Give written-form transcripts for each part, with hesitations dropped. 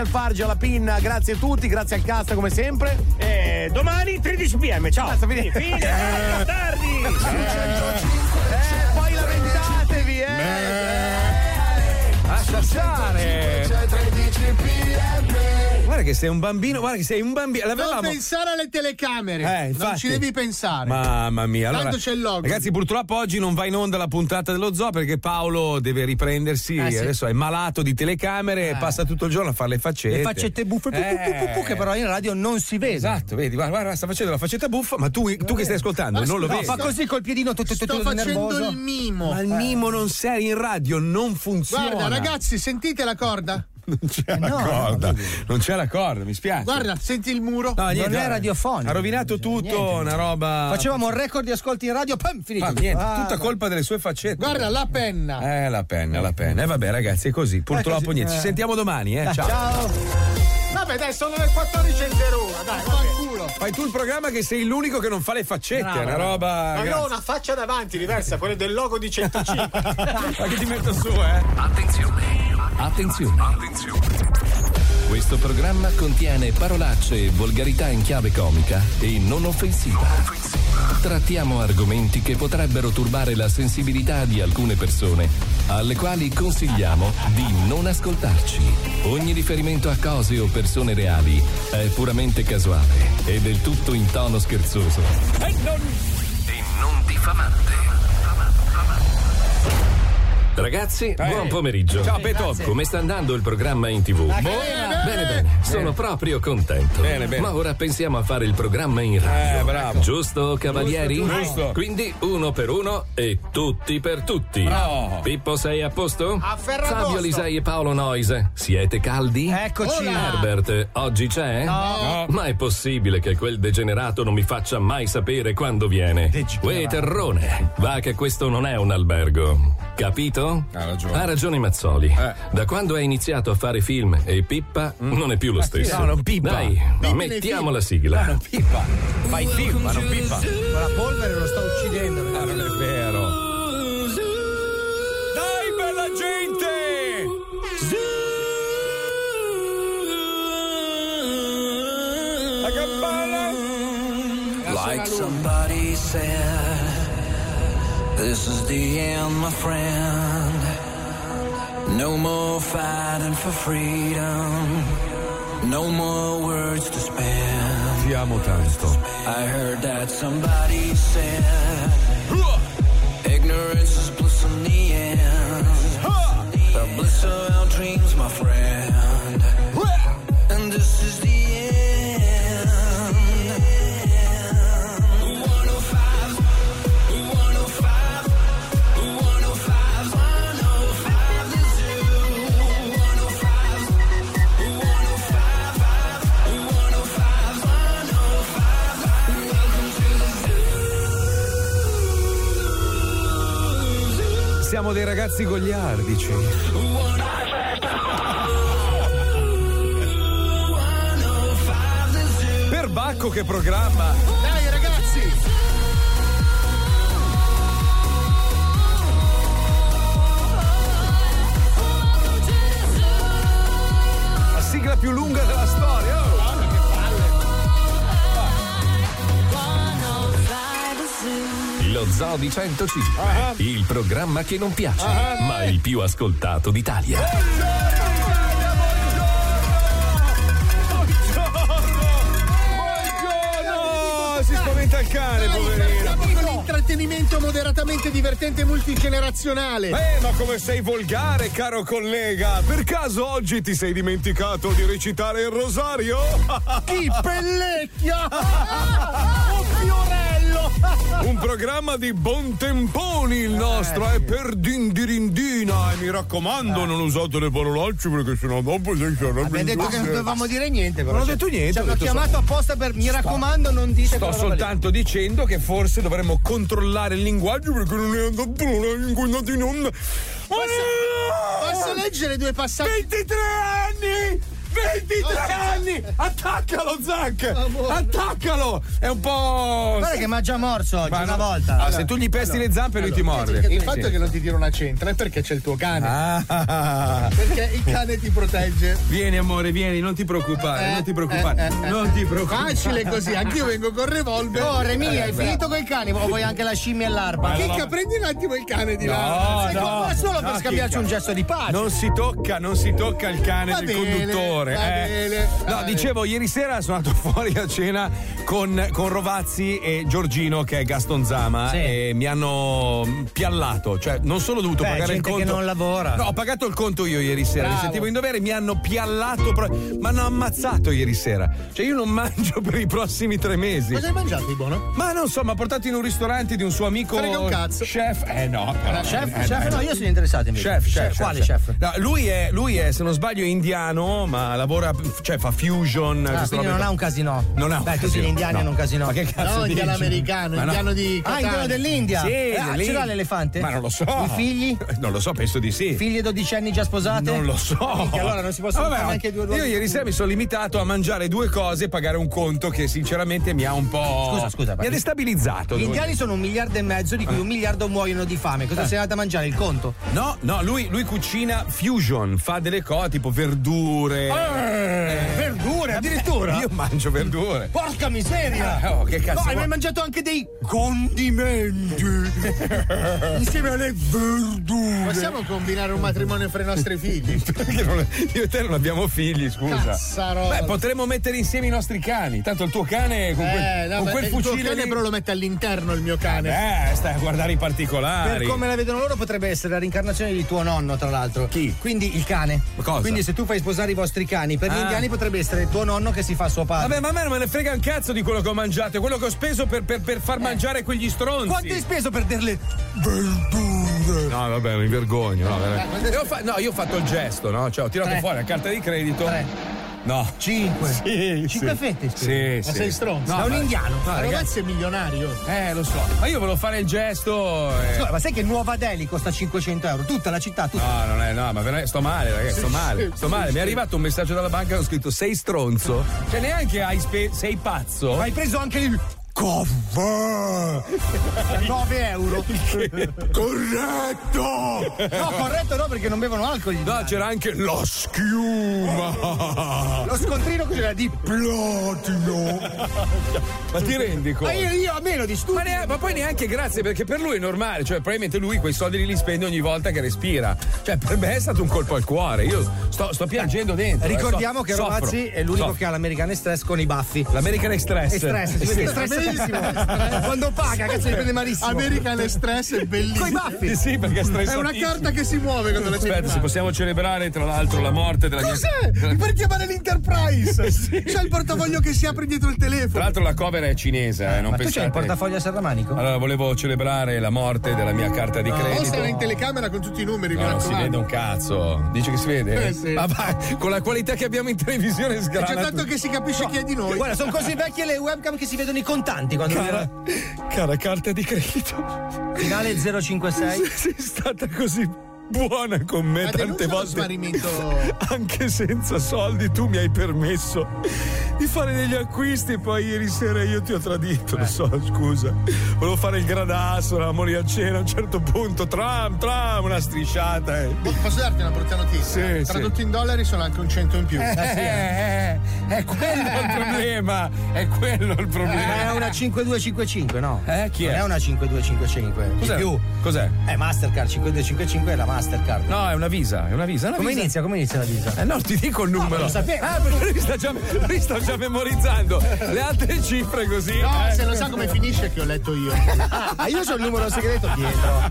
Farge, alla PIN, grazie a tutti, grazie al cast come sempre. Domani 13 pm, ciao. Basta, fine tardi. Poi lamentatevi, Lascia stare. 13 pm. Guarda che sei un bambino, Non pensare alle telecamere. Infatti. Non ci devi pensare. Mamma mia. Allora, tanto c'è il logo. Ragazzi, purtroppo oggi non va in onda la puntata dello zoo perché Paolo deve riprendersi. Sì. Adesso è malato di telecamere e passa tutto il giorno a fare le faccette. Le faccette buffe che però in radio non si vede. Esatto, vedi, guarda, sta facendo la faccetta buffa, ma tu che stai ascoltando non lo vedi. Fa così col piedino tutto Sto facendo nervoso. il mimo. Ma il mimo non sei in radio, non funziona. Guarda, ragazzi, sentite la corda? Non c'è la corda. Non c'è la corda, mi spiace. Guarda, senti il muro? No, niente, non è radiofonico. Ha rovinato tutto, niente. una roba. Facevamo un record di ascolti in radio, finito. Ma niente, tutta colpa delle sue faccette. Guarda, la penna. La penna. Vabbè, ragazzi, è così. Purtroppo niente. Ci sentiamo domani, Ciao. Vabbè, dai, sono le 14:01. Dai, culo. Fai tu il programma che sei l'unico che non fa le faccette, è una roba. Ma io ho una faccia davanti diversa, quella del logo di 105. Ma che ti metto su, Attenzione. Questo programma contiene parolacce e volgarità in chiave comica e non offensiva. Trattiamo argomenti che potrebbero turbare la sensibilità di alcune persone, alle quali consigliamo di non ascoltarci. Ogni riferimento a cose o persone reali è puramente casuale e del tutto in tono scherzoso e non diffamante. Ragazzi, buon pomeriggio. Ciao Peto. Come sta andando il programma in TV? Bene. Sono proprio contento. Bene. Ma ora pensiamo a fare il programma in radio. Bravo. Giusto, cavalieri? Giusto. Quindi uno per uno e tutti per tutti. Bravo. Pippo, sei a posto? A Ferragosto. Fabio Lisei e Paolo Noise, siete caldi? Eccoci. Herbert, oggi c'è? No. Ma è possibile che quel degenerato non mi faccia mai sapere quando viene? Uè, terrone, va che questo non è un albergo. Capito? Ha ragione Mazzoli. Da quando hai iniziato a fare film e Pippa non è più lo stesso. No, non Pippa. Dai, mettiamo la sigla. Non Pippa. Fai film, ma non Pippa. La polvere lo sta uccidendo. Non è vero. Dai, bella gente! La campana! Like somebody said, this is the end, my friend. No more fighting for freedom. No more words to spend. Ti amo tanto. I heard that somebody said, ignorance is bliss in the end. The bliss of our dreams, my friend. And this is the end. 105. Siamo dei ragazzi gogliardici. Per Bacco che programma. Dai ragazzi. La sigla più lunga della storia. Lo Zoo di 105, il programma che non piace, ma il più ascoltato d'Italia. Buongiorno! Si spaventa il cane, poverino. Intrattenimento moderatamente divertente multigenerazionale. Ma come sei volgare, caro collega? Per caso oggi ti sei dimenticato di recitare il rosario? Chi pellecchia? Oh Fiorello! Un programma di Bontemponi il nostro, è per dindirindina. E mi raccomando, non usate le parolacce perché sennò dopo si Abbiamo detto che non dovevamo dire niente, però. Non ho detto niente. Ci hanno chiamato apposta per mi raccomando, non dite. Sto soltanto dicendo che forse dovremmo controllare il linguaggio perché non è andato in onda. Posso leggere due passaggi? 23 anni! 23 anni! Sì, attaccalo, Zac! Attaccalo! È un po'. Guarda che mi ha già morso oggi, Ma una no. volta. Ah, se tu gli pesti le zampe, lui ti morde. Il fatto è che non ti tira una centra è perché c'è il tuo cane. Perché il cane ti protegge. Vieni, amore, vieni, non ti preoccupare, non ti preoccupare. Non ti preoccupare. Facile così, anch'io vengo con revolver. Oh, Remi, hai finito con i cani o vuoi anche la scimmia e l'arpa? Chicca, prendi un attimo il cane di là. Ma solo per scambiarci un gesto di pace. Non si tocca il cane del conduttore. Va bene. No, dicevo, ieri sera sono andato fuori a cena con Rovazzi e Giorgino, che è Gaston Zama, Sì. e mi hanno piallato. Cioè, non solo ho dovuto pagare il gente conto. che non lavora. No, ho pagato il conto io ieri sera. Bravo. Mi sentivo in dovere, mi hanno piallato, mi hanno ammazzato ieri sera. Cioè, io non mangio per i prossimi 3 mesi. Cosa hai mangiato di buono? Ma non so, mi ha portato in un ristorante di un suo amico. Frega un cazzo. Chef. No, però. Chef? No, io sono interessato invece. Chef. Quale chef? No, lui è, se non sbaglio, indiano, ma lavora, cioè fa fusion. Quindi non ha un casino. Non ha un Beh, casino. tutti gli indiani hanno un casino. Ma che cazzo No, dici? indiano americano, Ma no. indiano di Catania. Indiano dell'India. Sì, dell'India. Ce l'ha l'elefante? Ma non lo so. I figli? Non lo so, penso di sì. Figli 12 anni già sposate? Non lo so. Minchia, allora non si possono fare neanche 2 Io ieri sera mi sono limitato a mangiare 2 cose e pagare un conto che sinceramente mi ha un po'. Scusa, mi ha destabilizzato. Gli indiani sono 1,5 miliardi, di cui 1 miliardo muoiono di fame. Cosa sei andato a mangiare? Il conto? No, lui cucina fusion, fa delle cose tipo verdure. Verdure addirittura? Io mangio verdure. Porca miseria! Che cazzo? No, hai vuoi? mai mangiato anche dei condimenti insieme alle verdure? Possiamo combinare un matrimonio fra i nostri figli? Perché io e te non abbiamo figli, scusa. Cazzarola. Beh, potremmo mettere insieme i nostri cani. Tanto il tuo cane con quel il fucile tuo cane lì. però lo mette all'interno il mio cane. Stai a guardare i particolari. Per come la vedono loro potrebbe essere la reincarnazione di tuo nonno, tra l'altro. Chi? Quindi il cane. Ma cosa? Quindi se tu fai sposare i vostri cani, per gli indiani potrebbe essere tuo nonno che si fa suo padre. Vabbè, ma a me non me ne frega un cazzo di quello che ho mangiato, è quello che ho speso per far mangiare quegli stronzi. Quanto hai speso per delle verdure? No, vabbè, mi vergogno. No, io ho fatto il gesto, no? Cioè, ho tirato fuori la carta di credito. 3. No. 5. Sì, 5 fette. Sì, Ma sei stronzo? Da un indiano. No, ragazzi, Ragazzi è milionario. lo so. Ma io volevo fare il gesto. Scusa, ma sai che Nuova Delhi costa 500 euro? Tutta la città, tutta. No, ma veramente sto male, ragazzi, sto male. Mi è arrivato un messaggio dalla banca che ho scritto: sei stronzo? Cioè, neanche sei pazzo? Ma hai preso anche il caffè 9 euro. Corretto! No, corretto no, perché non bevono alcol. No, c'era anche la schiuma. Lo scontrino cos'era di platino. Ma ti rendi conto? Ma io a meno di stupido. Ma poi neanche grazie, perché per lui è normale, cioè probabilmente lui quei soldi li spende ogni volta che respira. Cioè per me è stato un colpo al cuore, io sto piangendo dentro. Ricordiamo che soffro. Rovazzi è l'unico che ha l'American Express con i baffi. L'American Express. Stress, quando paga, cazzo li prende malissimo. American Express è bellissimo. Coi baffi. Sì, perché è stressatissimo. È una carta che si muove quando la Aspetta, se possiamo celebrare tra l'altro la morte della Cos'è? Per chiamare l'Enterprise. C'è il portafoglio che si apre dietro il telefono. Tra l'altro la cover è cinese, non Ma tu pensate. c'hai il portafoglio a serramanico? Allora volevo celebrare la morte della mia carta di O credito. sarà in telecamera con tutti i numeri, mi No, non si raccomando. vede un cazzo. Dice che si vede? Sì. Ma vai, con la qualità che abbiamo in televisione C'è sgrana. tanto che si capisce chi è di noi. Guarda, sono così vecchie le webcam che si vedono i contanti quando Cara carta di credito. finale 056. Sei stata così buona con me Ma tante denuncia lo volte. smarrimento. Anche senza soldi tu mi hai permesso di fare degli acquisti, poi ieri sera io ti ho tradito, lo so, scusa. Volevo fare il gradasso, eravamo lì a cena, a un certo punto, tram, una strisciata. Posso darti una brutta notizia? Sì, Tradotto in dollari sono anche un 100 in più. È quello il problema. È quello il problema. È una 5255, no? Chi Non è? è una 5255. Cos'è? Di più. Cos'è? Mastercard 5255 è la Mastercard. No, è una Visa, è una Visa. Come inizia la Visa? No, ti dico il numero. lo sapevo. Perché lui sta già memorizzando le altre cifre così. No, se lo sa come finisce che ho letto io. Io c'ho il numero segreto dietro.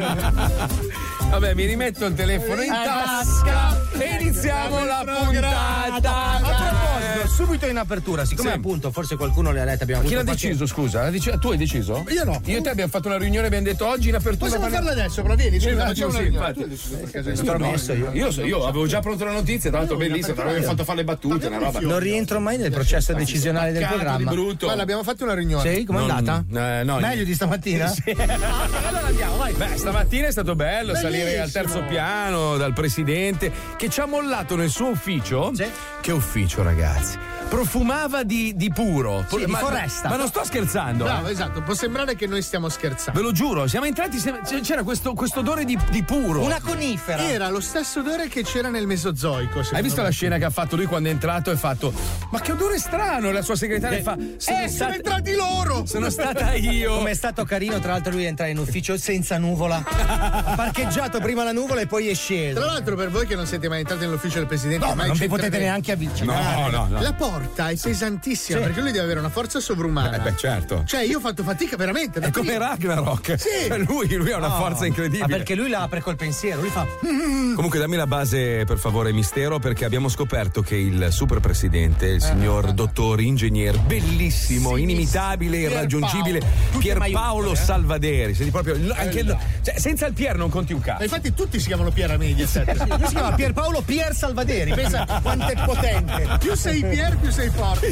Vabbè, mi rimetto il telefono in tasca e iniziamo la puntata. A proposito, subito in apertura, siccome Sì. appunto forse qualcuno le ha lette, abbiamo Chi avuto l'ha qualche- deciso, scusa? Tu hai deciso? Io no. Io e te abbiamo fatto una riunione, abbiamo detto oggi in apertura. Possiamo parliamo- farla adesso, però vieni, scusa, Sì, facciamo una sì, riunione. infatti. Tu hai deciso per caso. Io l'ho messo io. Io avevo già pronto la notizia, tra l'altro bellissima, tra l'altro abbiamo fatto fare le battute, una roba. Non rientro mai nel processo decisionale del Cazzo di programma. brutto. Guarda, abbiamo fatto una riunione. Sì, com'è andata? No, Meglio di stamattina? Allora andiamo, vai. Beh, stamattina è stato bello salire al terzo piano dal presidente che ci ha mollato nel suo ufficio. Sì. Che ufficio, ragazzi? profumava di puro. Sì, di foresta. Ma non sto scherzando. Bravo, esatto, può sembrare che noi stiamo scherzando. Ve lo giuro, siamo entrati, c'era questo odore di puro. Una conifera. Era lo stesso odore che c'era nel Mesozoico. Hai visto la scena che ha fatto lui quando è entrato e ha fatto ma che odore strano, e la sua segretaria fa sono entrati loro. Sono stata io. Come è stato carino tra l'altro lui entrare in ufficio senza nuvola. Ha parcheggiato prima la nuvola e poi è sceso. Tra l'altro, per voi che non siete mai entrati nell'ufficio del presidente, No, ma non vi potete neanche avvicinare. No. La porta è pesantissima, Sì. perché lui deve avere una forza sovrumana. Beh, certo. Cioè, io ho fatto fatica veramente. È come Ragnarok. Sì. Cioè, lui ha una forza incredibile. Ma perché lui la apre col pensiero, lui fa Comunque dammi la base per favore, mistero, perché abbiamo scoperto che il super presidente, il signor dottor ingegner bellissimo, inimitabile, irraggiungibile Pierpaolo Salvaderi. Senti proprio cioè, senza il Pier non conti un cazzo. Ma infatti tutti si chiamano Pier a Mediaset. lui si chiama Pierpaolo Pier Salvaderi, pensa quanto è potente. Più sei Pier, più sei forte.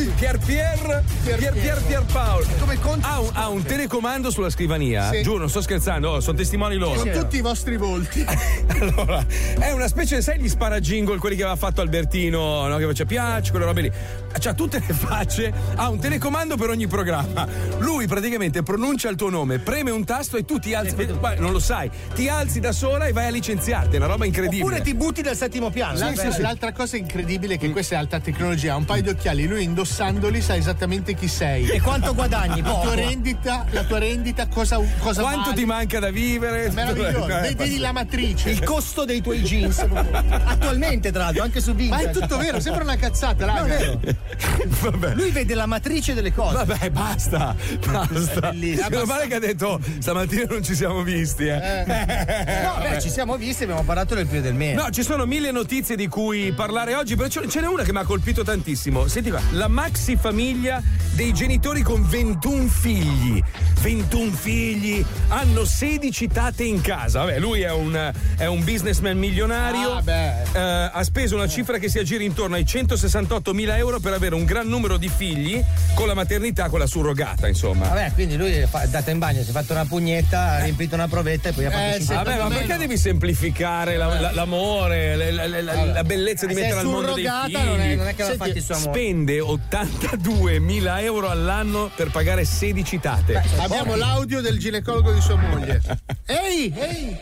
Pierpaolo. Come conti? Ha un telecomando sulla scrivania. Sì. Giuro, non sto scherzando, sono testimoni loro. Con tutti i vostri volti. Allora, è una specie, sai, gli sparajingle, quelli che aveva fatto Albertino, no? Che faceva piace, quelle robe lì. C'ha tutte le facce, ha un telecomando per ogni programma. Lui praticamente pronuncia il tuo nome, preme un tasto e tu ti alzi. Non lo sai, ti alzi da sola e vai a licenziarti. È una roba incredibile. Oppure ti butti dal settimo piano. L'altra cosa incredibile è che questa è alta tecnologia. Ha un paio di occhiali, lui indossandoli sa esattamente chi sei. E quanto guadagni? La tua rendita, cosa quanto vale? ti manca da vivere? Meraviglioso. Vedi la matrice. Il costo dei tuoi jeans. Attualmente, tra l'altro, anche su Ma Vinted. è tutto vero, sembra una cazzata, raga. Vabbè. Lui vede la matrice delle cose. Vabbè, basta. Meno male che ha detto stamattina non ci siamo visti. No, beh, ci siamo visti e abbiamo parlato del più e del meno. No, ci sono mille notizie di cui parlare oggi, però ce n'è una che mi ha colpito tantissimo. Senti qua, la maxi famiglia dei genitori con 21 figli. 21 figli, hanno 16 tate in casa. Vabbè, lui è un businessman milionario. Ha speso una cifra che si aggira intorno ai 168.000 euro per avere un gran numero di figli con la maternità, con la surrogata, insomma. Vabbè, quindi lui è andato in bagno, si è fatto una pugnetta, ha riempito una provetta e poi ha fatto Vabbè, ma perché devi semplificare l'amore, la bellezza di mettere al mondo dei figli? Non è che l'ha fatto il suo amore. Spende 82.000 euro all'anno per pagare 16 tate. Abbiamo l'audio del ginecologo di sua moglie. Ehi!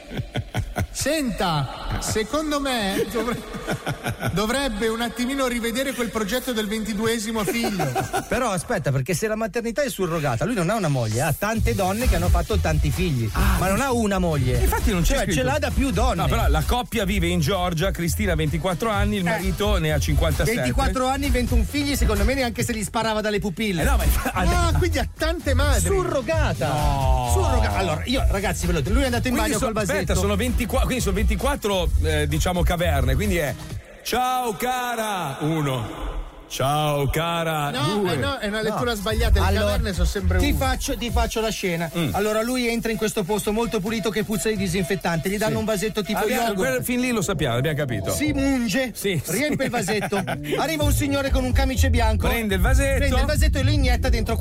Senta, secondo me dovrebbe un attimino rivedere quel progetto del 22esimo figlio. Però aspetta, perché se la maternità è surrogata, lui non ha una moglie, ha tante donne che hanno fatto tanti figli, ma non ha una moglie. Infatti non c'è scritto. Ce l'ha da più donne. No, però la coppia vive in Georgia, Cristina ha 24 anni, il marito ne ha 57. 24 anni, 21 figli, secondo me neanche se li sparava dalle pupille. No, ma quindi ha tante madri. Surrogata. No. Surrogata. Allora, io ragazzi, ve lo dico, lui è andato in bagno col vasetto. Aspetta, sono 24, quindi sono 24 diciamo caverne, quindi è ciao cara 1. Ciao cara. No, è una lettura sbagliata. Le caverne sono sempre ti faccio la scena. Allora lui entra in questo posto molto pulito che puzza di disinfettante, gli danno un vasetto tipo yogurt. Fin lì lo sappiamo, abbiamo capito. Si munge, sì, riempie il vasetto. Arriva un signore con un camice bianco, prende il vasetto e lo inietta dentro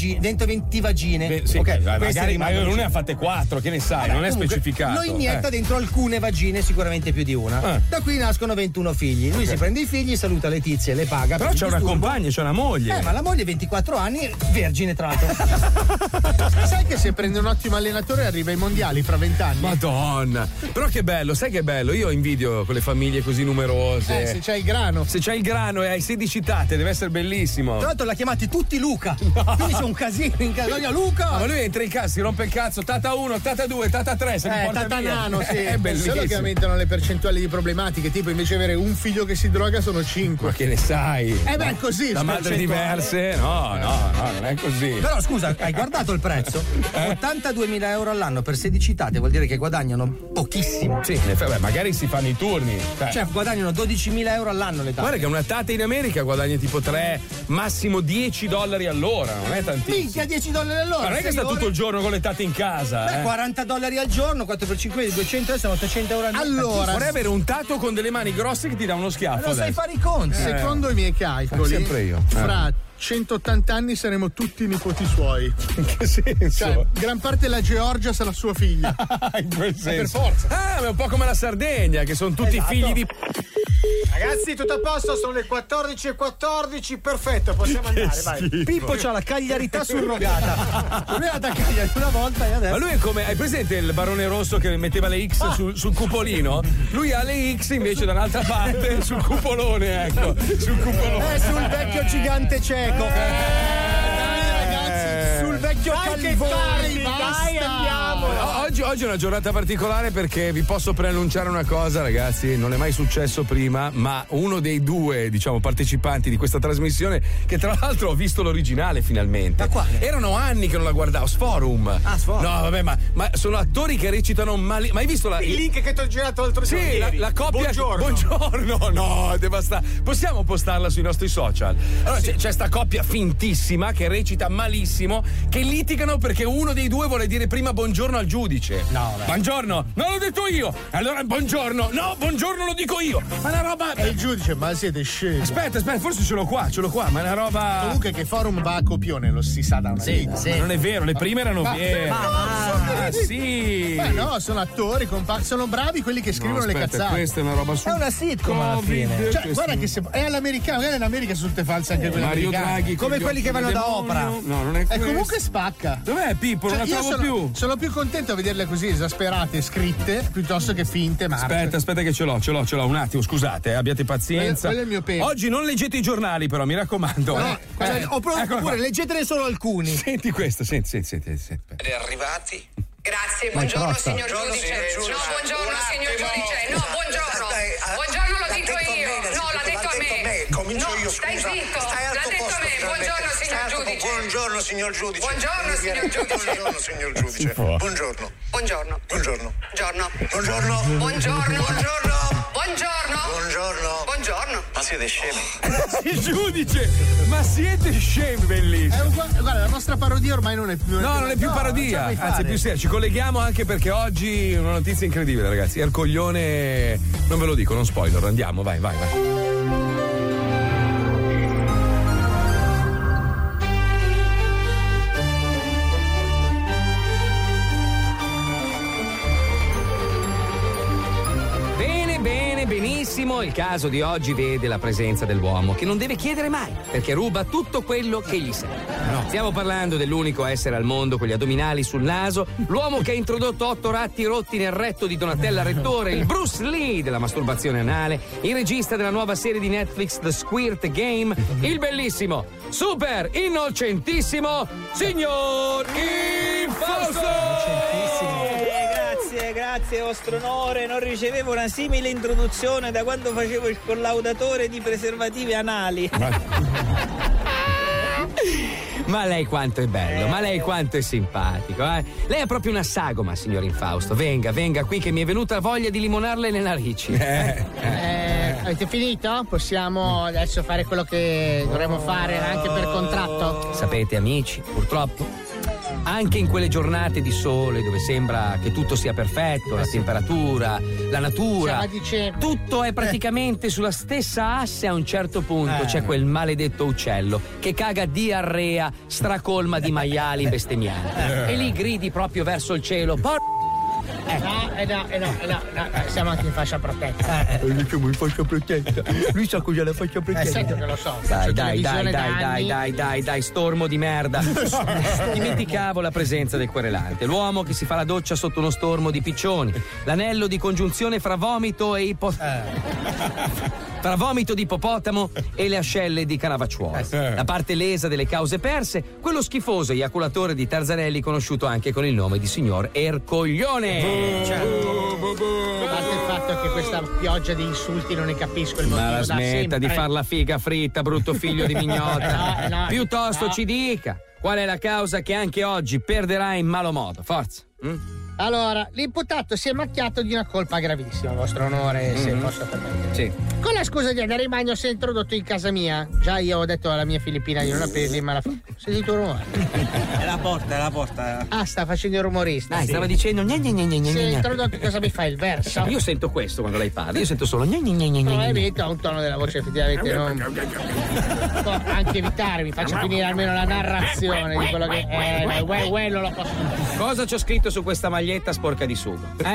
20 vagine. Sì, ok, magari non ne ha fatte 4, che ne sai, non è specificato. Lo inietta dentro alcune vagine, sicuramente più di una. Da qui nascono 21 figli. Lui si prende i figli, saluta le tizie, le paga. Però c'è una compagna, c'è una moglie. Ma la moglie 24 anni, vergine tra l'altro. Sai che se prende un ottimo allenatore arriva ai mondiali fra 20 anni? Madonna. Però che bello, sai che bello? Io invidio quelle famiglie così numerose. Se c'hai il grano. Se c'hai il grano e hai 16 tate, deve essere bellissimo. Tra l'altro l'ha chiamati tutti Luca. Quindi c'è un casino in casa. Luca! No, ma lui entra in casa, si rompe il cazzo, tata 1, tata 2, tata 3, se li porta tata via. nano, sì. È bellissimo. Solo che aumentano le percentuali di problematiche, tipo invece avere un figlio che si droga sono 5. Ma che ne sai? Beh, così. Da madri diverse? No, non è così. Però scusa, hai guardato il prezzo? 82.000 euro all'anno per 16 tate vuol dire che guadagnano pochissimo. Sì, magari si fanno i turni. Cioè guadagnano 12.000 euro all'anno le tate. Guarda che una tata in America guadagna tipo 3, massimo $10 all'ora, non è tantissimo. Minchia, $10 all'ora. Ma non è che sta tutto il giorno con le tate in casa. $40 al giorno, 4x5 200, sono 800 euro al mese. Allora, vorrei avere un tato con delle mani grosse che ti dà uno schiaffo. Non sai fare i conti. Secondo i miei calcoli, sempre io. Fra 180 anni saremo tutti nipoti suoi. In che senso? Cioè, gran parte della Georgia sarà sua figlia. In quel senso. Per forza. Ma è un po' come la Sardegna, che sono tutti figli di Ragazzi, tutto a posto, sono le 14:14, perfetto, possiamo andare, vai. Pippo c'ha la cagliarità surrogata. Lui ha da Cagliari una volta e adesso. Ma lui è come, hai presente il barone rosso che metteva le X sul cupolino? Lui ha le X invece da un'altra parte sul cupolone, ecco. Sul cupolone. Sul vecchio gigante cieco. Ragazzi, sul vecchio calvone. Dai, andiamo. Oggi è una giornata particolare perché vi posso preannunciare una cosa, ragazzi, non è mai successo prima, ma uno dei due, diciamo, partecipanti di questa trasmissione, che tra l'altro ho visto l'originale finalmente. Ma quale? Erano anni che non la guardavo, Sforum. Ah, Sforum. No, vabbè, ma sono attori che recitano male. Ma hai visto Il link che ti ho girato l'altro giorno? Sì, la coppia. Buongiorno, no, devasta. Possiamo postarla sui nostri social? Allora, c'è sta coppia fintissima che recita malissimo, che litigano perché uno dei due vuole dire prima buongiorno al giudice. No, beh. Buongiorno, non l'ho detto io. Allora buongiorno, no, buongiorno lo dico io. Ma una roba. E il giudice, ma siete scemi. Aspetta, forse ce l'ho qua, ma è una roba. Comunque che Forum va a copione, lo si sa da una vita. Ma non è vero, le prime erano vere. Sì. Beh, no, sono attori, sono bravi quelli che scrivono le cazzate. Questa è una roba su. È una sitcom alla fine. Cioè, guarda che è all'americano, magari in America sono tutte false anche quelle Mario americane. Draghi, come quelli che vanno da opera. No, non è E questo. comunque spacca. Dov'è Pippo? Non la Io trovo più. sono più contento a vederle così esasperate e scritte piuttosto che finte, ma Aspetta che ce l'ho un attimo, scusate, abbiate pazienza. Quello è il mio pene. Oggi non leggete i giornali però, mi raccomando. Oppure leggetene solo alcuni. Senti questo, senti. È arrivati. Grazie, buongiorno signor giudice. No, buongiorno signor giudice. No, buongiorno. Buongiorno lo dico io. No, l'ha detto a me. Comincio io, stai scusa. zitto. Stai al L'ha tuo detto a posto, me. Buongiorno signor giudice. Buongiorno signor giudice. Buongiorno signor giudice. Buongiorno signor giudice. Buongiorno. Buongiorno. Buongiorno. Buongiorno. Buongiorno. Buongiorno. Buongiorno. Buongiorno. Buongiorno. Buongiorno. Ma siete scemi? Il giudice, ma siete scemi, bellissimo. guarda, la nostra parodia ormai non è più. Non è più parodia, anzi è più seria. Ci colleghiamo anche perché oggi una notizia incredibile, ragazzi. Ercoglione, non ve lo dico, non spoiler. Andiamo, vai. Benissimo, il caso di oggi vede la presenza dell'uomo che non deve chiedere mai, perché ruba tutto quello che gli serve. Stiamo parlando dell'unico essere al mondo con gli addominali sul naso, l'uomo che ha introdotto 8 ratti rotti nel retto di Donatella Rettore, il Bruce Lee della masturbazione anale, il regista della nuova serie di Netflix The Squirt Game, il bellissimo, super innocentissimo signor Infausto! Grazie, vostro onore. Non ricevevo una simile introduzione da quando facevo il collaudatore di preservativi anali. Ma lei quanto è bello, ma lei quanto è simpatico, eh? Lei è proprio una sagoma, signor Infausto. Venga qui che mi è venuta voglia di limonarle le narici. Avete finito? Possiamo adesso fare quello che dovremmo fare anche per contratto? Sapete, amici, purtroppo anche in quelle giornate di sole dove sembra che tutto sia perfetto, la temperatura, la natura, tutto è praticamente sulla stessa asse, a un certo punto c'è quel maledetto uccello che caga diarrea stracolma di maiali bestemmianti e lì gridi proprio verso il cielo. No, siamo anche in fascia protetta. Siamo in fascia protetta. Lui sa cos'è la fascia protetta. Sento che lo so. Dai, stormo di merda. Dimenticavo la presenza del querelante, l'uomo che si fa la doccia sotto uno stormo di piccioni, l'anello di congiunzione fra vomito e tra vomito di ippopotamo e le ascelle di Canavacciuolo. La parte lesa delle cause perse, quello schifoso eiaculatore di Tarzanelli conosciuto anche con il nome di signor Ercoglione. A parte il fatto che questa pioggia di insulti non ne capisco il motivo. Ma la smetta di far la figa fritta, brutto figlio di mignota. Piuttosto ci dica qual è la causa che anche oggi perderà in malo modo. Forza. Allora, l'imputato si è macchiato di una colpa gravissima, vostro onore, se posso permettere. Sì. Con la scusa di andare in bagno si è introdotto in casa mia. Già io ho detto alla mia filippina di non aprirli, ma ho sentito un rumore. È la porta. Ah, sta facendo il rumorista. Dai, stava dicendo Si è introdotto, cosa mi fa il verso? Io sento questo quando lei parla, io sento solo probabilmente ha un tono della voce effettivamente non può anche evitare, mi faccia finire almeno la narrazione di quello che non lo posso. Cosa c'ho scritto su questa maglietta sporca di sugo?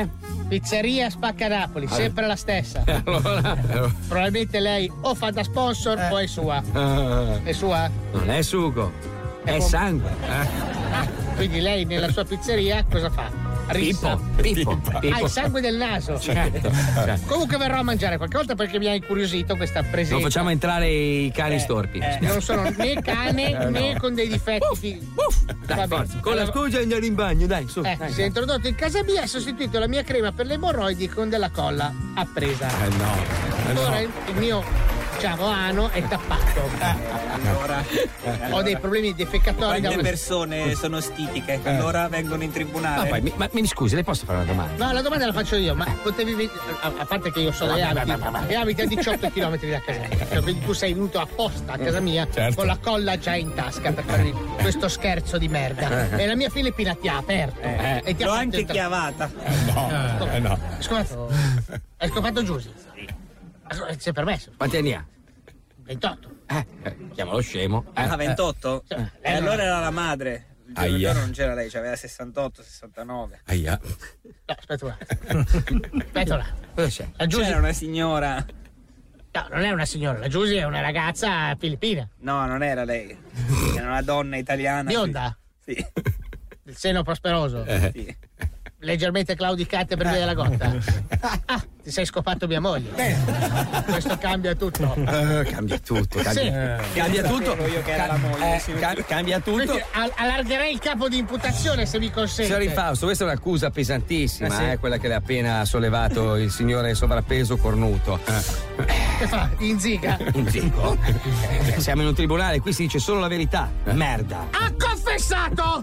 Pizzeria Spacca Napoli, sempre la stessa. Allora. Probabilmente lei o fa da sponsor o è sua. È sua? Non è sugo, è sangue. Quindi lei nella sua pizzeria cosa fa? Rissa. Pippo. Ah, il sangue del naso. Certo. Comunque verrò a mangiare qualche volta perché mi ha incuriosito questa presenza. Non facciamo entrare i cani storpi. Non sono né cane né con dei difetti. Dai, forza. Con la scusa andare in bagno, dai, su. Dai, si è introdotto in casa mia e ha sostituito la mia crema per le emorroidi con della colla appresa. Ora il mio ano è tappato. Allora, ho dei problemi defecatori. Quante persone sono stitiche? Allora vengono in tribunale. Ma mi scusi, le posso fare una domanda? No, la domanda la faccio io, ma potevi a parte che io sono e abiti a 18 km da casa mia. Quindi tu sei venuto apposta a casa mia con la colla già in tasca per fare questo scherzo di merda. E la mia filippina ti ha aperto e ti l'ho ha anche chiavata. No. Hai scopato Giusy? Si è permesso. Quanti anni ha? 28. Chiamalo scemo. 28? E allora era la madre. Il giorno non c'era lei, aveva 68, 69. Aia. No, aspetta un attimo. Aspetta. Cosa c'è? La Giusy era una signora. No, non è una signora, la Giusy è una ragazza filippina. No, non era lei. Era una donna italiana. Bionda? Sì. Del seno prosperoso? Sì. Leggermente claudicante per via della gotta. Ti sei scopato mia moglie. Questo cambia tutto. Cambia tutto. Cambia tutto. Io che era la moglie. Cambia tutto. Quindi, allargherei il capo di imputazione se mi consente. Signor Fausto, questa è un'accusa pesantissima, quella che le ha appena sollevato il signore sovrappeso cornuto. Che fa? Inziga? Inzigo? Siamo in un tribunale, qui si dice solo la verità. Merda. Ha confessato!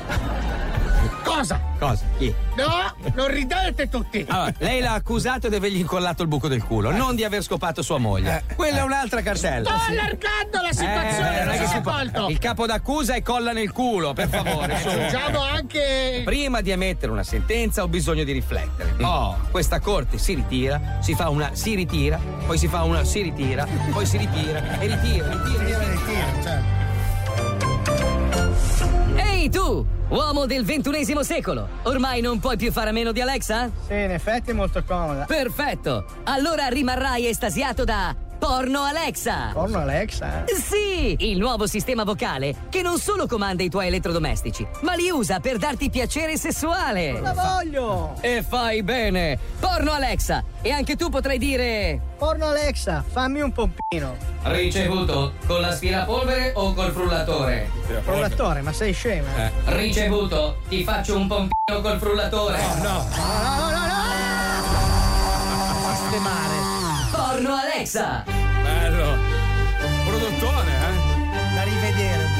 Cosa? Chi? No, non ridete tutti. Allora, lei l'ha accusato di avergli incollato il buco del culo, non di aver scopato sua moglie. Quella è un'altra cartella. Sto allargando la situazione, non si è colto. Il capo d'accusa è colla nel culo, per favore. Aggiungiamo anche. Prima di emettere una sentenza ho bisogno di riflettere. Questa corte si ritira, si fa una, si ritira, poi si fa una, si ritira, poi si ritira e ritira. Certo. Ehi tu, uomo del XXI secolo, ormai non puoi più fare a meno di Alexa? Sì, in effetti è molto comoda. Perfetto, allora rimarrai estasiato da Porno Alexa. Porno Alexa? Sì, il nuovo sistema vocale che non solo comanda i tuoi elettrodomestici, ma li usa per darti piacere sessuale. La voglio! E fai bene, Porno Alexa. E anche tu potrai dire: Porno Alexa, fammi un pompino. Ricevuto con l'aspirapolvere o col frullatore? Frullatore, ma sei scema? Ricevuto, ti faccio un pompino col frullatore. No. Sistemare. Porno Alexa. Bello. Produttore, Da rivedere un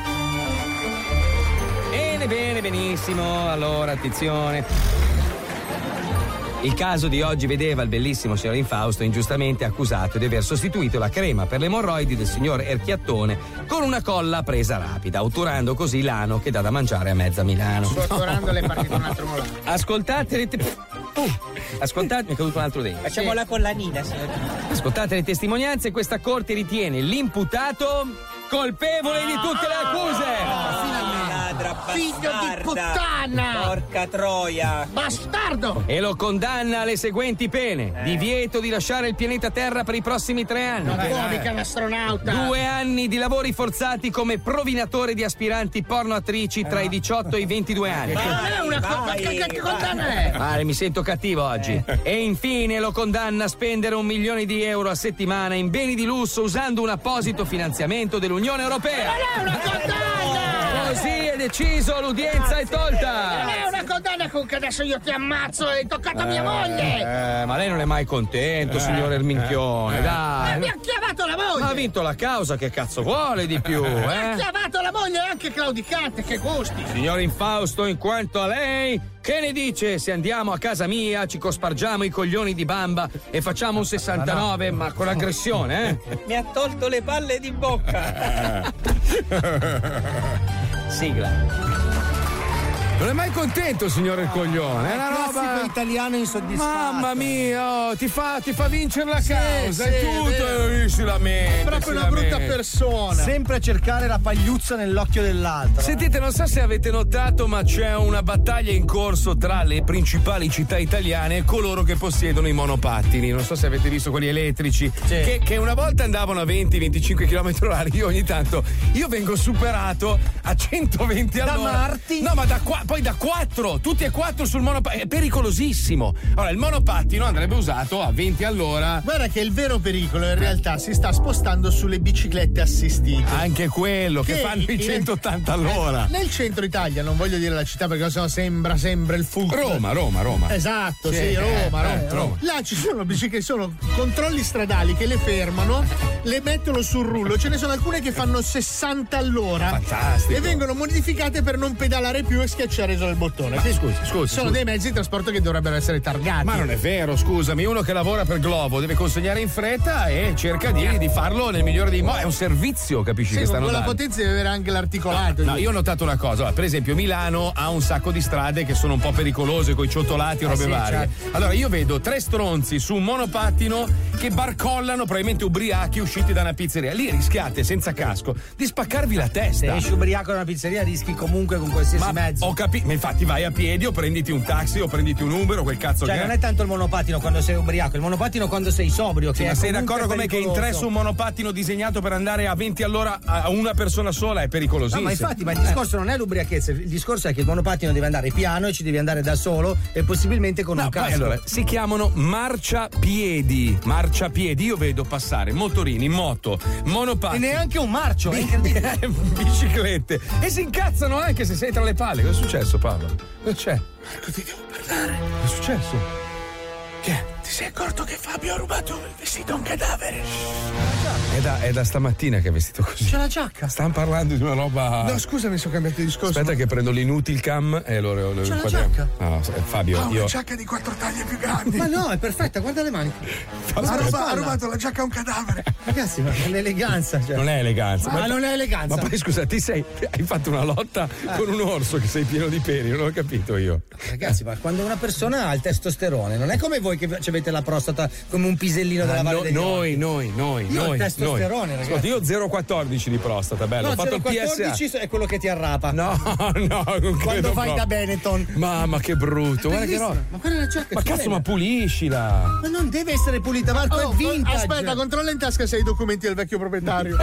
po'. Bene, benissimo. Allora, attenzione. Il caso di oggi vedeva il bellissimo signor Infausto ingiustamente accusato di aver sostituito la crema per le emorroidi del signor Erchiattone con una colla presa rapida, otturando così l'ano che dà da mangiare a mezza Milano. Otturando le partite un altro modo. Ascoltate, mi è caduto un altro dente. Facciamo la collanina, signor. Ascoltate le testimonianze, questa corte ritiene l'imputato colpevole di tutte le accuse. Figlio di puttana! Porca troia! Bastardo! E lo condanna alle seguenti pene: divieto di lasciare il pianeta Terra per i prossimi 3 anni. Non può mica un astronauta! 2 anni di lavori forzati come provinatore di aspiranti pornoattrici tra i 18 e i 22 anni. Ma non è una che condanna è? Mi sento cattivo oggi. E infine lo condanna a spendere €1 milione a settimana in beni di lusso usando un apposito finanziamento dell'Unione Europea. Non è una condanna! Così è deciso, l'udienza è tolta. Non è una condanna con che adesso io ti ammazzo e hai toccato mia moglie. Ma lei non è mai contento, signor Erminchione, dai. Ma mi ha chiavato la moglie. Ma ha vinto la causa, che cazzo vuole di più, Mi ha chiavato la moglie anche claudicante, che gusti. Signor Infausto, in quanto a lei, che ne dice se andiamo a casa mia, ci cospargiamo i coglioni di bamba e facciamo un 69, ma con aggressione, Mi ha tolto le palle di bocca. Sigla. Non è mai contento, signore il coglione. È una roba. classico italiano insoddisfatto. Mamma mia, ti fa vincere la Sì, causa, sì, è tutto. è Si lamenta. proprio una brutta persona. Sempre a cercare la pagliuzza nell'occhio dell'altro. Sentite, non so se avete notato, ma c'è una battaglia in corso tra le principali città italiane e coloro che possiedono i monopattini. Non so se avete visto quelli elettrici, che una volta andavano a 20-25 km/h. Io vengo superato a 120 all'ora. Da Marti? No, ma poi da 4, tutti e 4 sul monopattino. È pericolosissimo. Allora, il monopattino andrebbe usato a 20 all'ora. Guarda che il vero pericolo in realtà si sta spostando sulle biciclette assistite. Anche quello, che fanno i 180 all'ora. Nel centro Italia, non voglio dire la città perché sennò sembra il fulcro. Roma. Esatto, sì, Roma. Là ci sono biciclette, sono controlli stradali che le fermano, le mettono sul rullo. Ce ne sono alcune che fanno 60 all'ora. Fantastico. E vengono modificate per non pedalare più e schiacciare solo il bottone. Scusi. Sono dei mezzi di trasporto che dovrebbero essere targati. Ma non è vero, scusami, uno che lavora per Glovo deve consegnare in fretta e cerca di farlo nel migliore dei modi. È un servizio, capisci? Sì, che stanno con quella dando. potenza deve avere anche l'articolato. No, io ho notato una cosa. Allora, per esempio, Milano ha un sacco di strade che sono un po' pericolose, coi ciotolati e robe varie. Certo. Allora, io vedo 3 stronzi su un monopattino che barcollano, probabilmente ubriachi, usciti da una pizzeria. Lì rischiate, senza casco, di spaccarvi la testa. Se esci ubriaco da una pizzeria rischi comunque con qualsiasi mezzo. Ho capito, ma infatti vai a piedi o prenditi un taxi o prenditi un Uber o quel cazzo che non è tanto il monopattino quando sei ubriaco, il monopattino quando sei sobrio. Sì, che ma è sei d'accordo con me che in 3 su un monopattino disegnato per andare a 20 all'ora a una persona sola è pericolosissimo? No, ma infatti, ma il discorso non è l'ubriachezza, il discorso è che il monopattino deve andare piano e ci devi andare da solo e possibilmente con un casco. Allora, si chiamano marciapiedi. Io vedo passare motorini, moto, monopattini. E neanche un marcio, è incredibile. Biciclette. E si incazzano anche se sei tra le palle. Cosa è successo, Paolo? Cosa c'è? Marco, ti devo parlare. Cosa è successo? Che è? Ti sei accorto che Fabio ha rubato il vestito a un cadavere? È da stamattina che è vestito così. C'è la giacca. Stiamo parlando di una roba. No, scusa, mi sono cambiato di discorso. Aspetta che prendo l'inutil cam e lo C'è la inquadriamo. giacca. No, Fabio, Ha una giacca di 4 taglie più grandi. Ma no, è perfetta, guarda le mani. Ha rubato la giacca a un cadavere. Ragazzi, ma è l'eleganza. Cioè. Non è eleganza. Ma non è eleganza. Ma poi scusa, hai fatto una lotta con un orso che sei pieno di peli, non ho capito io. Ragazzi, ma quando una persona ha il testosterone, non è come voi che avete la prostata come un pisellino della Valle degli Orti. Noi. Io ho il testosterone, ragazzi. Ascolta, io ho 0,14 di prostata, bello. No, ho fatto il PSA. 0,14 è quello che ti arrapa. No, non Quando credo vai proprio. da Benetton. Mamma, che brutto. Guarda che roba. Ma quella è la giacca. Ma cazzo, ma puliscila. Ma non deve essere pulita, Marco, è vintage. Aspetta, controlla in tasca se hai i documenti del vecchio proprietario.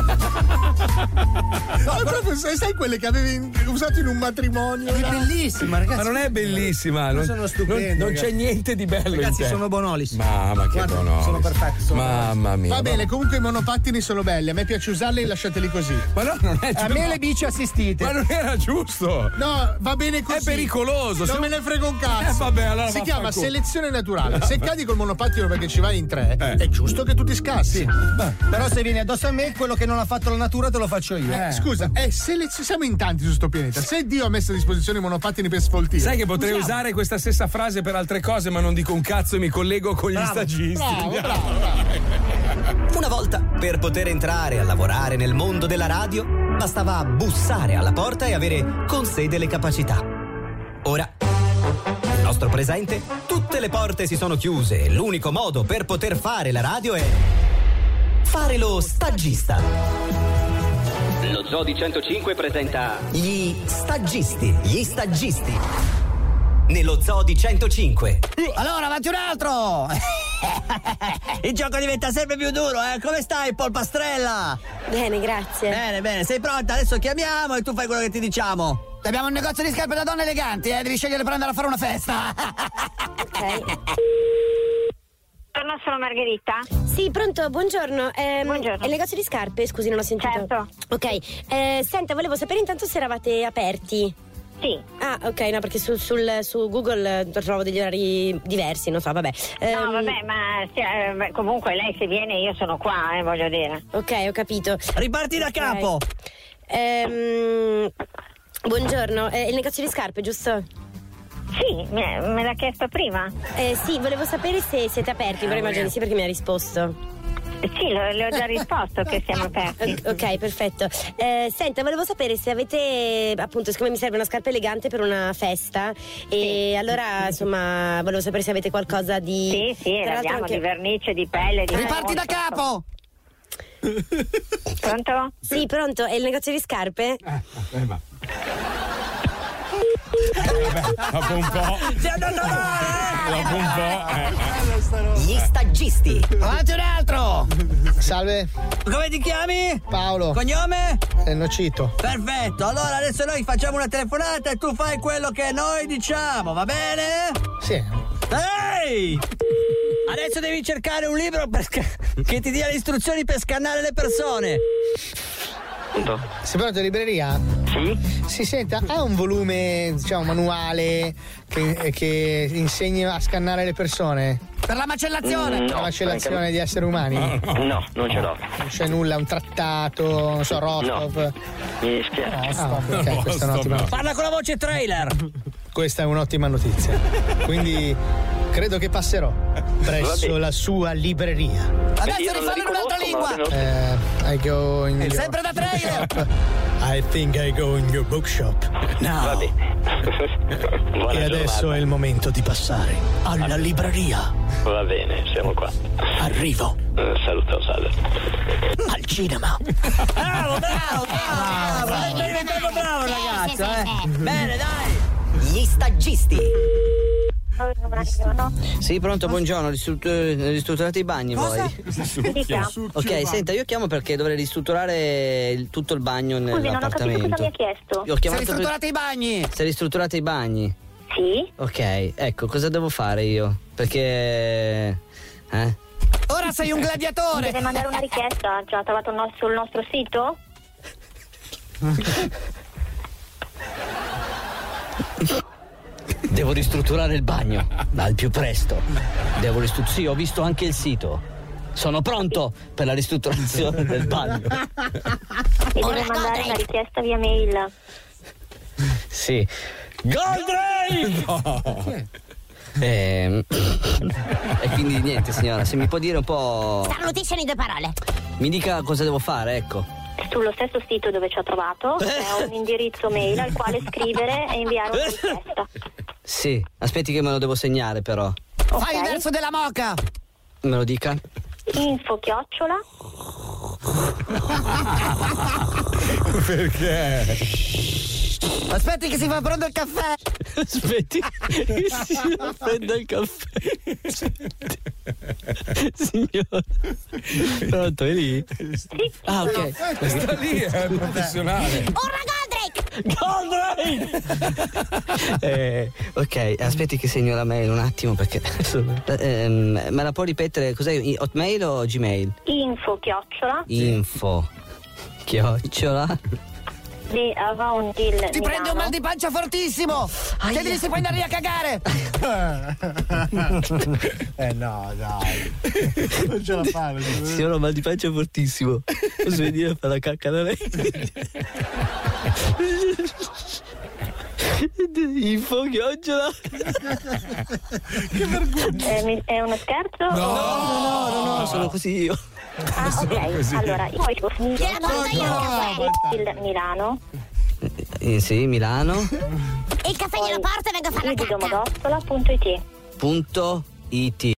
Proprio, sai quelle che avevi usato in un matrimonio? È bellissima, ragazzi. Ma non è bellissima. Sono stupendo. Non c'è niente di bello. Ragazzi, in te. sono bonolis. Mamma, che Guarda, bonolis. sono perfetti. Mamma mia. Va bene, comunque i monopattini sono belli. A me piace usarli e lasciateli così. Ma no, non è A me le bici assistite. Ma non era giusto. No, va bene così. È pericoloso. Non me ne frego un cazzo. Vabbè, allora si chiama vaffanculo. selezione naturale. Se cadi col monopattino perché ci vai in 3, è giusto che tu ti scassi. Però se vieni addosso a me, quello che non ha fatto la natura te lo faccio io. Scusa, siamo in tanti su sto pianeta. Se Dio ha messo a disposizione i monopattini per sfoltire. Sai che potrei usare questa stessa frase per altre cose, ma non dico un cazzo e mi collego con gli stagisti. Bravo. Una volta, per poter entrare a lavorare nel mondo della radio, bastava bussare alla porta e avere con sé delle capacità. Ora, nel nostro presente, tutte le porte si sono chiuse e l'unico modo per poter fare la radio è fare lo stagista. Lo Zodi 105 presenta gli stagisti. Nello Zodi 105. Allora, avanti un altro! Il gioco diventa sempre più duro, eh? Come stai, Polpastrella? Bene, grazie. Bene, sei pronta? Adesso chiamiamo e tu fai quello che ti diciamo. Abbiamo un negozio di scarpe da donne eleganti, devi scegliere per andare a fare una festa. Ok. Buongiorno, sono Margherita. Sì, pronto, buongiorno. Buongiorno. È il negozio di scarpe? Scusi, non ho sentito. Certo. Ok. Senta, volevo sapere intanto se eravate aperti. Sì. Ah, ok, no, perché su Google trovo degli orari diversi, non so, vabbè. No, vabbè, ma comunque lei se viene io sono qua, voglio dire. Ok, ho capito. Riparti da capo. Buongiorno, è il negozio di scarpe, giusto? Sì, me l'ha chiesto prima. Sì, volevo sapere se siete aperti, però immagino di sì perché mi ha risposto. Sì, le ho già risposto che siamo aperti. Ok, perfetto. Senta, volevo sapere se avete, appunto, siccome mi serve una scarpa elegante per una festa, e allora insomma volevo sapere se avete qualcosa di. Sì, abbiamo anche di vernice, di pelle, di. Riparti da capo! Pronto? Sì, pronto, è il negozio di scarpe? Dopo un po'. Dopo un po'. Gli staggisti. Avanti un altro! Salve. Come ti chiami? Paolo. Cognome? Nocito. Perfetto, allora adesso noi facciamo una telefonata e tu fai quello che noi diciamo, va bene? Sì. Ehi! Adesso devi cercare un libro che ti dia le istruzioni per scannare le persone. Sei pronto, libreria? Sì. Si senta, ha un volume, diciamo, manuale che insegna a scannare le persone? Per la macellazione? La macellazione di esseri umani? No, non ce l'ho. Non c'è nulla, un trattato, non so, Rostov? No. Mi dispiace. Ok, questa è un'ottima notizia. Parla con la voce trailer. Questa è un'ottima notizia. Quindi credo che passerò presso la sua libreria. Adesso rifallo in un'altra lingua. I go in your Sempre da trailer. I think I go in your bookshop. Va bene. E adesso è il momento di passare alla libreria. Va bene, siamo qua. Arrivo. Saluto, salve. Al cinema. Bravo, stai diventando bravo ragazzo, Bene, dai. Gli staggisti. Sì, pronto, buongiorno, ristrutturate i bagni. Cosa? Voi? Ok, senta, io chiamo perché dovrei ristrutturare tutto il bagno nell'appartamento. Scusi, non ho capito cosa mi ha chiesto. Io ho chiamato Se ristrutturate i bagni! Se ristrutturate i bagni. Sì? Ok, ecco, cosa devo fare io? Perché... Ora sei un gladiatore! Deve mandare una richiesta, ce l'ha trovato sul nostro sito? Devo ristrutturare il bagno al più presto. Sì, ho visto anche il sito. Sono pronto per la ristrutturazione del bagno. E deve mandare una richiesta via mail. Sì. Goldrake! E quindi niente, signora, se mi può dire un po'. Starnutisce in 2 parole. Mi dica cosa devo fare, ecco. Sullo stesso sito dove ci ha trovato c'è un indirizzo mail al quale scrivere e inviare una richiesta. Sì, aspetti che me lo devo segnare però. Fai il verso della moca! Me lo dica. Info @ Perché? Aspetti che si fa pronto il caffè! Aspetti che si prenda il caffè. Signora. Pronto, è lì? Sì. Ah, ok. Questa lì è professionale. Ok, aspetti che segno la mail un attimo perché me la può ripetere? Cos'è? Hotmail o Gmail? Info @ Info chiocciola Ti prende un mal di pancia fortissimo! Chiedili se puoi andare a cagare! No, dai. Non ce la fa. Signora, mal di pancia fortissimo. Posso venire a fare la cacca da lei? Info chiocciola. Che vergogna. È uno scherzo? No, sono così io. Ah, ok. Allora, poi il Milano. Sì, Milano. E il caffè glielo porto e vengo a fare la cacca. .it.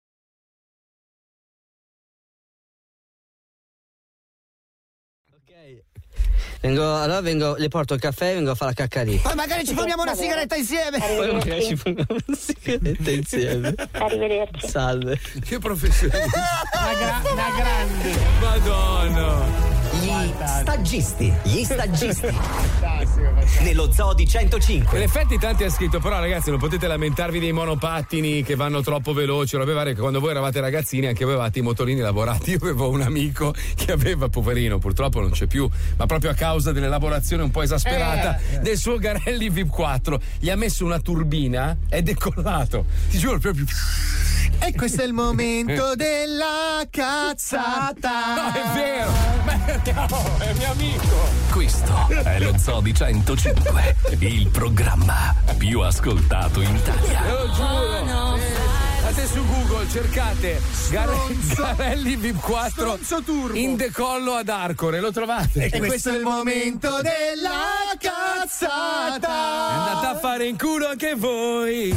Le porto il caffè e vengo a fare la cacca lì. Poi magari ci fumiamo una sigaretta insieme! Poi magari ci fumiamo una sigaretta insieme. Arrivederci. Salve. Che professionista. Una grande. Madonna. Gli staggisti. Nello Zoo di 105. In effetti tanti hanno scritto, però ragazzi non potete lamentarvi dei monopattini che vanno troppo veloci, robe varie, che quando voi eravate ragazzini anche avevate i motorini lavorati. Io avevo un amico che aveva, poverino, purtroppo non c'è più, ma proprio a causa dell'elaborazione un po' esasperata del suo Garelli VIP 4 gli ha messo una turbina, è decollato, ti giuro proprio. E questo è il momento della cazzata. No, è vero, ma è mio amico. Questo è lo Zoo di 105, il programma più ascoltato in Italia. Te lo giuro. andate su Google, cercate Garelli VIP 4 in decollo ad Arcore, lo trovate. E questo è il momento della cazzata. Andate a fare in culo anche voi.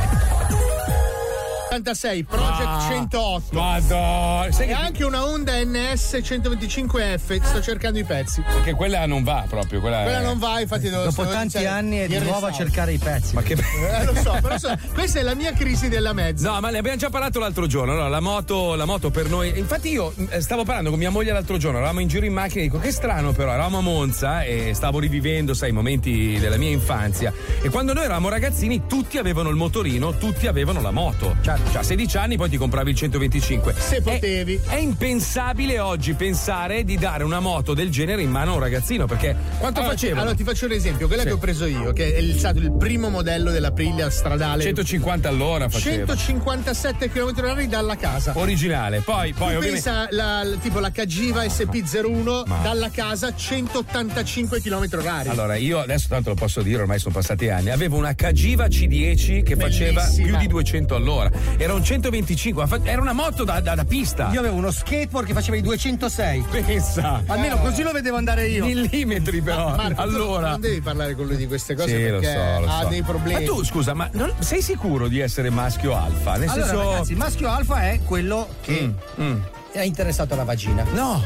86 Project 108. Madonna. E anche una Honda NS 125F. Sto cercando i pezzi. Perché quella non va proprio. Quella non va, infatti dopo tanti anni è di nuovo a cercare i pezzi. Ma che lo so, però questa è la mia crisi della mezza. No, ma ne abbiamo già parlato l'altro giorno. No, la moto per noi. Infatti io stavo parlando con mia moglie l'altro giorno, eravamo in giro in macchina e dico che strano, però eravamo a Monza e stavo rivivendo, sai, i momenti della mia infanzia. E quando noi eravamo ragazzini tutti avevano il motorino, tutti avevano la moto. Cioè a 16 anni poi ti compravi il 125. Se potevi. È impensabile oggi pensare di dare una moto del genere in mano a un ragazzino, perché quanto faceva? Allora ti faccio un esempio, quella che ho preso io, che è stato il primo modello dell'Aprilia stradale. 150 all'ora faceva. 157 km/h dalla casa. Originale. Poi ovviamente. Pensa tipo la Cagiva SP01 dalla casa 185 km/h. Allora io adesso tanto lo posso dire, ormai sono passati anni, avevo una Cagiva C10 che faceva più di 200 all'ora. Era un 125, era una moto da pista. Io avevo uno skateboard che faceva i 206. Pensa. Almeno così lo vedevo andare io. Millimetri però. Marco, allora. Non devi parlare con lui di queste cose, sì, perché lo so. ha dei problemi. Ma tu scusa, ma sei sicuro di essere maschio alfa? Nel allora, senso. Ragazzi, il maschio alfa è quello che è interessato alla vagina. No.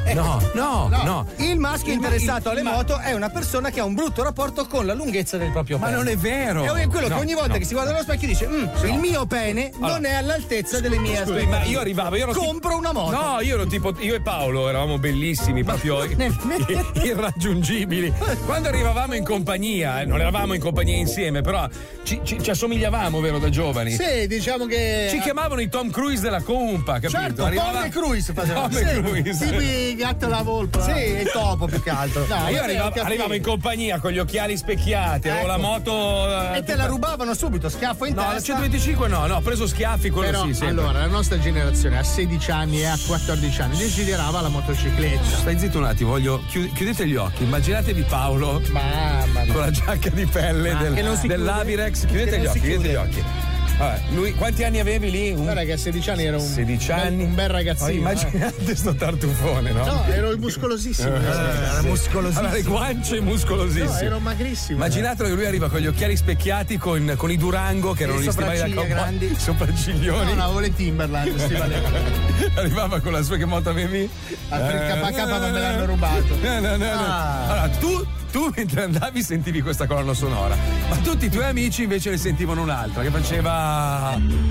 Il maschio interessato alle moto è una persona che ha un brutto rapporto con la lunghezza del proprio pene. Ma non è vero. È quello che ogni volta che si guarda allo specchio dice il mio pene non è all'altezza delle mie aspettative. Ma io arrivavo, compro una moto. No, io ero tipo, io e Paolo eravamo bellissimi, proprio irraggiungibili. Quando arrivavamo in compagnia, non eravamo in compagnia insieme, però ci assomigliavamo, vero, da giovani. Sì, diciamo che ci chiamavano i Tom Cruise della compa, capito? Certo, Tom Cruise. Tipi gatto la volpe. Sì, il topo più che altro. No, io arrivavo in compagnia con gli occhiali specchiati, avevo la moto. E te la rubavano subito, schiaffo in testa. No, la 125 no, ho preso schiaffi, quello però, sì, sempre. Allora, la nostra generazione a 16 anni e a 14 anni desiderava la motocicletta. Stai zitto un attimo, chiudete gli occhi, immaginatevi Paolo con la giacca di pelle dell'Avirex, chiudete gli occhi. Vabbè, lui quanti anni avevi lì? Guarda che a 16 anni era un bel ragazzino. Immaginate sto tartufone, no? No, ero muscolosissimo. Era muscolosissimo. Allora, le guance muscolosissime. No, ero magrissimo. Immaginatelo che lui arriva con gli occhiali specchiati, con i Durango, che erano gli stivali da cowboy, grandi, sopracciglioni. No, avevo le Timberland, stivali. Arrivava con la sua, che moto avevi? Per il KK me l'hanno rubato. No. Allora, tu mentre andavi sentivi questa colonna sonora, ma tutti i tuoi amici invece ne sentivano un'altra che faceva.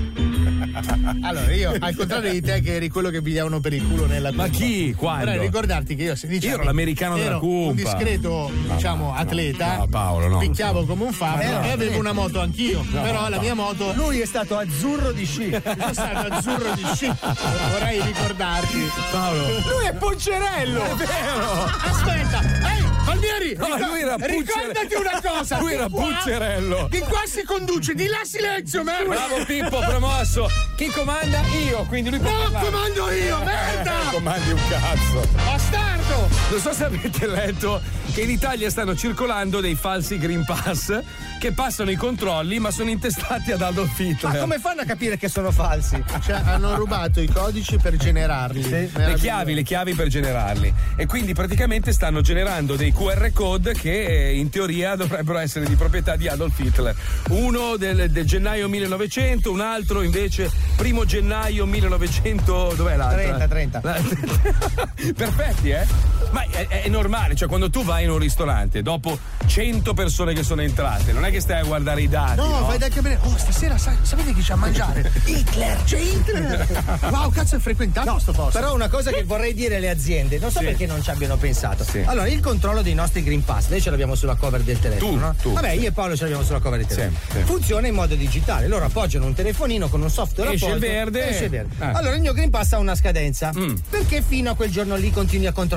Allora io, al contrario di te, che eri quello che pigliavano per il culo nella Ma chi? Quando? Vorrei ricordarti che io a 16 anni ero l'americano della Cumpa, un discreto, atleta. No, Paolo, no. Picchiavo come un fato e avevo una moto anch'io. Però la mia moto. Lui è stato azzurro di sci. Io sono stato azzurro di sci. Vorrei ricordarti. Paolo. Lui è Poncerello! È vero! Aspetta! Ehi, Palmieri! Lui era ricordati una cosa! Lui era Puccerello! Di qua si conduce, di là silenzio, merda! Bravo Pippo, promosso! Chi comanda? Io, quindi lui può parlare. Comando io, merda! Comandi un cazzo! Bastardo! Non so se avete letto che in Italia stanno circolando dei falsi Green Pass che passano i controlli ma sono intestati ad Adolf Hitler. Ma come fanno a capire che sono falsi? Cioè hanno rubato i codici per generarli. Sì. Le chiavi per generarli. E quindi praticamente stanno generando dei QR code che in teoria dovrebbero essere di proprietà di Adolf Hitler. Uno del gennaio 1900, un altro invece 1 gennaio 1900. Dov'è l'altra? 30. Perfetti, Ma è normale, cioè quando tu vai in un ristorante dopo 100 persone che sono entrate, non è che stai a guardare i dati. No, vai da capire. Oh, stasera sapete chi c'è a mangiare? Hitler! C'è Hitler! Wow, cazzo, è frequentato sto posto. Però una cosa che vorrei dire alle aziende, non so perché non ci abbiano pensato. Sì. Allora, il controllo dei nostri Green Pass, noi ce l'abbiamo sulla cover del telefono. Tu. Vabbè, io e Paolo ce l'abbiamo sulla cover del telefono. Sì. Funziona in modo digitale. Loro appoggiano un telefonino con un software esce apposito. Esce il verde. Allora, il mio Green Pass ha una scadenza. Perché fino a quel giorno lì continui a controllarmelo tutti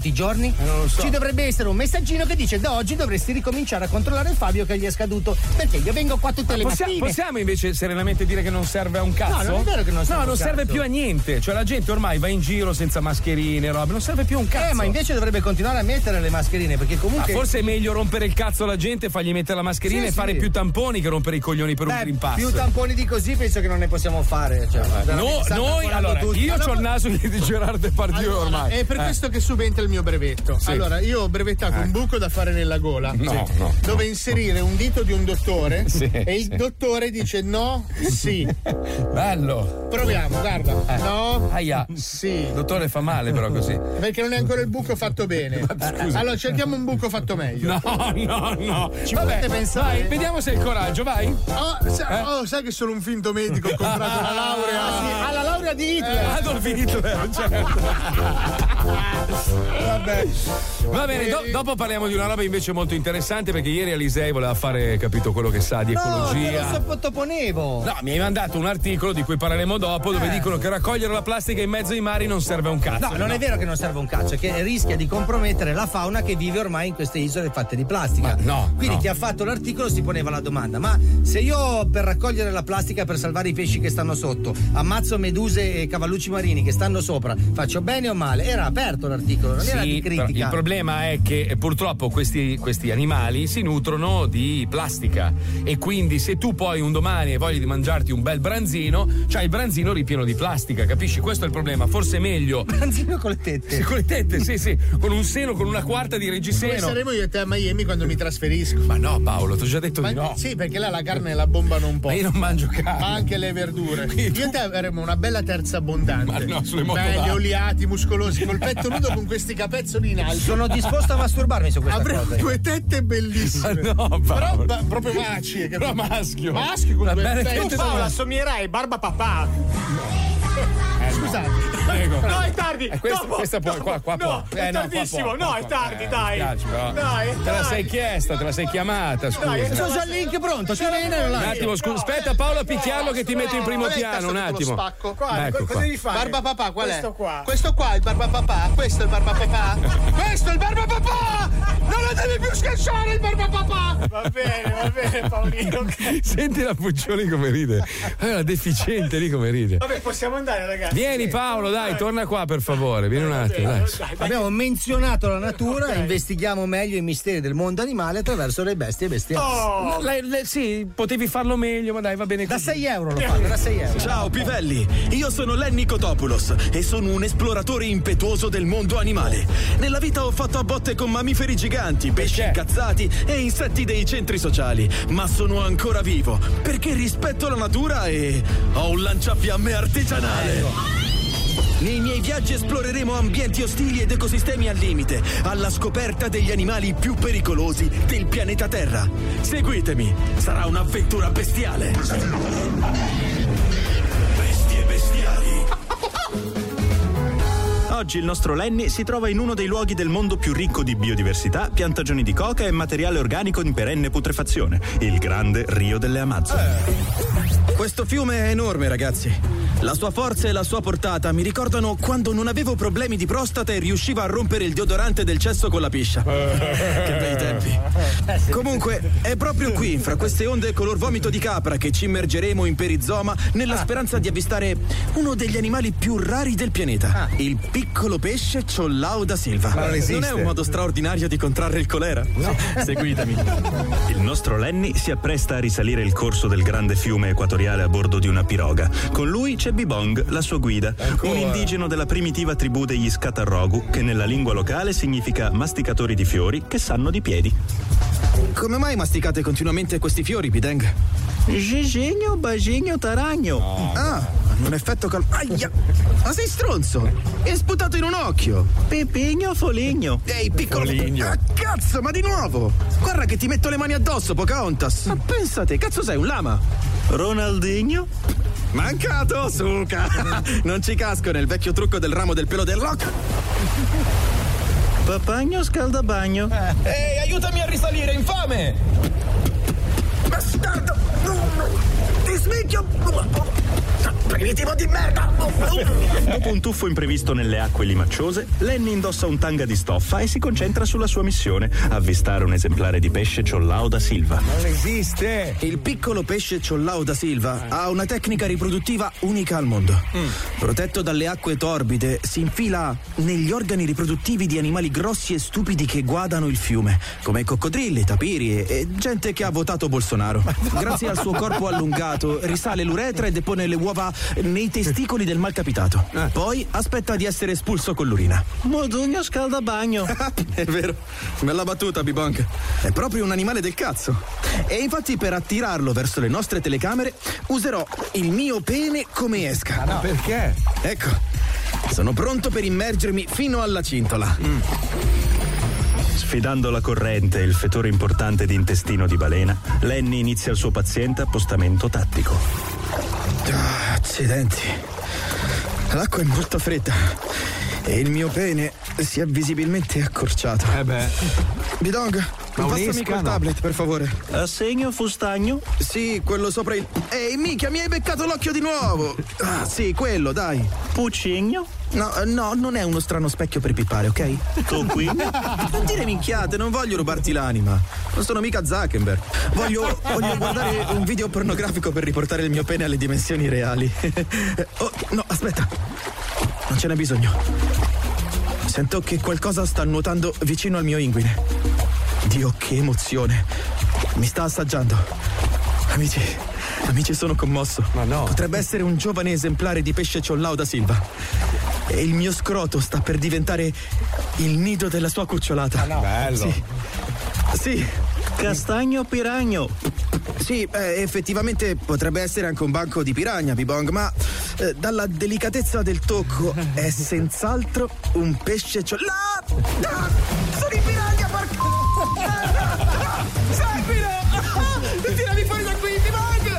tutti i giorni? Non lo so. Ci dovrebbe essere un messaggino che dice: da oggi dovresti ricominciare a controllare il Fabio che gli è scaduto. Perché io vengo qua tutte le mattine. Possiamo invece serenamente dire che non serve a un cazzo? No, non è vero che non serve No, non serve più a niente. Cioè la gente ormai va in giro senza mascherine, robe, non serve più a un cazzo. Ma invece dovrebbe continuare a mettere le mascherine, perché comunque. Forse è meglio rompere il cazzo alla gente, fargli mettere la mascherina e fare più tamponi che rompere i coglioni per un Green Pass. Più tamponi di così penso che non ne possiamo fare. Cioè, noi allora, io c'ho il naso di Gerard Depardieu ormai. È per questo che subentra il mio brevetto. Sì. Allora, io ho brevettato un buco da fare nella gola. No. Dove inserire un dito di un dottore Sì. e il dottore dice no, sì. Bello. Proviamo, guarda. No. Aia. Sì. Il dottore fa male però così. Perché non è ancora il buco fatto bene. Allora cerchiamo un buco fatto meglio. No. Ci potete pensare? Vai, vediamo se hai il coraggio, vai. Sai che sono un finto medico, ho comprato la laurea. Alla laurea di Hitler. Adolf Hitler, certo. Vabbè. Va bene, dopo parliamo di una roba invece molto interessante, perché ieri Alisei voleva fare, capito, quello che sa di ecologia. No, lo sottoponevo. No, mi hai mandato un articolo di cui parleremo dopo, dove dicono che raccogliere la plastica in mezzo ai mari non serve a un cazzo. No, non è vero che non serve un cazzo, è che rischia di compromettere la fauna che vive ormai in queste isole fatte di plastica. Quindi chi ha fatto l'articolo si poneva la domanda: ma se io per raccogliere la plastica per salvare i pesci che stanno sotto ammazzo meduse e cavallucci marini che stanno sopra, faccio bene o male? Era aperto l'articolo, non era di critica. Il problema è che purtroppo questi animali si nutrono di plastica, e quindi se tu poi un domani hai voglia di mangiarti un bel branzino, c'hai il branzino ripieno di plastica, capisci? Questo è il problema. Forse è meglio branzino con le tette. Sì, con le tette, sì, con un seno, con una quarta di reggiseno. Come saremo io e te a Miami quando mi trasferisco? Ma no, Paolo, ti ho già detto di no. Sì, perché là la carne la bombano un po'. Ma io non mangio carne. Ma anche le verdure. Io e te avremo una bella terza abbondante. Ma no, sulle belli, oliati, muscolosi, col petto nudo con questi capezzoli in alto. Sono disposto a masturbarmi su questa cosa. Avremo due tette bellissime. Ma no, Paolo. Però proprio maci. Però maschio. Maschio con due belle tette. tette. Paolo, assomierai Barba Papà. Scusate. Prego. No, è tardi. Questa puoi, qua no, può. è tardissimo. No, è tardi, dai. Dai. Te la sei chiesta, te la sei chiamata, scusa. Dai, c'ho già il link pronto, ci viene un attimo, scusa, aspetta Paolo a picchiarlo che ti metto in primo piano, un attimo. Spacco. Ecco cosa devi fare? Barba Papà, qual è? Questo qua è il Barba Papà. Questo è il Barba Papà. Questo è il Barba Papà. Non lo devi più schiacciare il Barba Papà. Va bene, Paolino. Senti la Puccioni come ride. È una deficiente lì come ride. Vabbè, possiamo andare, ragazzi. Vieni Paolo, dai, torna qua per favore, vieni un attimo, dai. Abbiamo menzionato la natura, investighiamo meglio i misteri del mondo animale attraverso le bestie bestiali. Sì, potevi farlo meglio, ma dai, va bene così. Da 6 euro lo fanno, da 6 euro. Ciao Pivelli, io sono Lenny Kotopoulos e sono un esploratore impetuoso del mondo animale. Nella vita ho fatto a botte con mammiferi giganti, pesci incazzati e insetti dei centri sociali, ma sono ancora vivo perché rispetto la natura e ho un lanciafiamme artigianale. Nei miei viaggi esploreremo ambienti ostili ed ecosistemi al limite, alla scoperta degli animali più pericolosi del pianeta Terra. Seguitemi, sarà un'avventura bestiale. Bestie bestiali. Oggi il nostro Lenny si trova in uno dei luoghi del mondo più ricco di biodiversità, piantagioni di coca e materiale organico in perenne putrefazione, il grande Rio delle Amazzoni. Questo fiume è enorme, ragazzi. La sua forza e la sua portata mi ricordano quando non avevo problemi di prostata e riuscivo a rompere il deodorante del cesso con la piscia. Che bei tempi. Comunque, è proprio qui, fra queste onde color vomito di capra, che ci immergeremo in perizoma nella speranza di avvistare uno degli animali più rari del pianeta, il piccolo pesce Ciollao da Silva. Non è un modo straordinario di contrarre il colera? No. Seguitemi. Il nostro Lenny si appresta a risalire il corso del grande fiume equatoriale a bordo di una piroga. Con lui c'è Bibong, la sua guida, un indigeno della primitiva tribù degli Scatarrogu, che nella lingua locale significa masticatori di fiori che sanno di piedi. Come mai masticate continuamente questi fiori, Bideng? Gigigno, bagigno, taragno. No. Ah, hanno un effetto Aia! Ma sei stronzo! Mi hai sputato in un occhio! Pipigno, foligno. Ehi, piccolo! Foligno. Ah, cazzo, ma di nuovo! Guarda che ti metto le mani addosso, Pocahontas! Ma pensate, cazzo sei, un lama? Ronaldinho? Mancato, suca! Non ci casco nel vecchio trucco del ramo del pelo dell'occhio! Papagno scaldabagno. Ehi, aiutami a risalire, infame! Bastardo! Ti ti smicchio! Primitivo di merda! Dopo un tuffo imprevisto nelle acque limacciose, Lenny indossa un tanga di stoffa e si concentra sulla sua missione: avvistare un esemplare di pesce ciollao da Silva. Non esiste! Il piccolo pesce ciollao da Silva ha una tecnica riproduttiva unica al mondo. Protetto dalle acque torbide, si infila negli organi riproduttivi di animali grossi e stupidi che guardano il fiume, come coccodrilli, tapiri e gente che ha votato Bolsonaro. Grazie al suo corpo allungato, risale l'uretra e depone le uova nei testicoli del malcapitato. Poi aspetta di essere espulso con l'urina. Modugno scaldabagno. È vero, bella battuta, Bibonk. È proprio un animale del cazzo. E infatti per attirarlo verso le nostre telecamere userò il mio pene come esca. Ma perché? Ecco, sono pronto per immergermi fino alla cintola. Sfidando la corrente e il fetore importante di intestino di balena, Lenny inizia il suo paziente appostamento tattico. Accidenti. L'acqua è molto fredda e il mio pene si è visibilmente accorciato. Bidong, passami quel tablet, per favore. Assegno fustagno? Sì, quello sopra il... Ehi, minchia, mi hai beccato l'occhio di nuovo! Sì, quello, dai. Puccigno? No, non è uno strano specchio per pippare, ok? Tu qui? Non dire minchiate, non voglio rubarti l'anima. Non sono mica Zuckerberg. Voglio guardare un video pornografico per riportare il mio pene alle dimensioni reali. Oh, no, aspetta. Non ce n'è bisogno. Sento che qualcosa sta nuotando vicino al mio inguine. Dio, che emozione. Mi sta assaggiando. Amici, sono commosso. Ma no. Potrebbe essere un giovane esemplare di pesce ciollao da Silva. E il mio scroto sta per diventare il nido della sua cucciolata. No. Bello. Sì. Castagno o piragno? Sì, effettivamente potrebbe essere anche un banco di piranha, Bibong, ma dalla delicatezza del tocco è senz'altro un pesce ciollao. Sono i piranha, porca! Seguilo! Tirami fuori da qui, Bibong!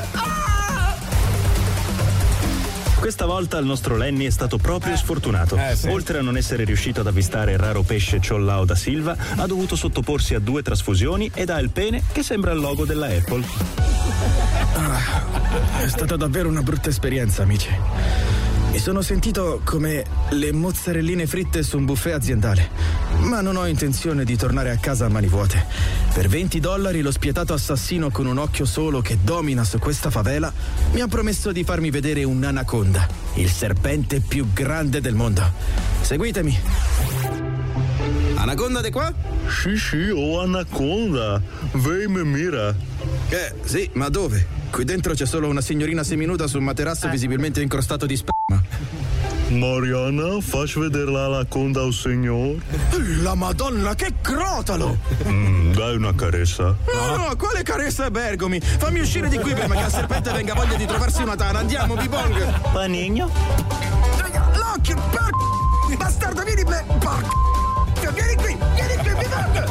Questa volta il nostro Lenny è stato proprio sfortunato. Sì. Oltre a non essere riuscito ad avvistare il raro pesce ciollao da Silva, ha dovuto sottoporsi a 2 trasfusioni ed ha il pene che sembra il logo della Apple. È stata davvero una brutta esperienza, amici. Mi sono sentito come le mozzarelline fritte su un buffet aziendale, ma non ho intenzione di tornare a casa a mani vuote. Per $20 lo spietato assassino con un occhio solo che domina su questa favela mi ha promesso di farmi vedere un'anaconda, il serpente più grande del mondo. Seguitemi. Anaconda di qua? Sì, ho anaconda. Vei me mira. Sì, ma dove? Qui dentro c'è solo una signorina seminuda su un materasso visibilmente incrostato di sperma. Mariana, facci vedere l'anaconda al signor. La Madonna, che crotalo! Dai una carezza. No, quale carezza, Bergomi? Fammi uscire di qui prima che al serpente venga voglia di trovarsi una tana. Andiamo, Bibong. Panigno? L'occhio, porco! Bastardo, vieni, porco! Vieni qui, Bibong!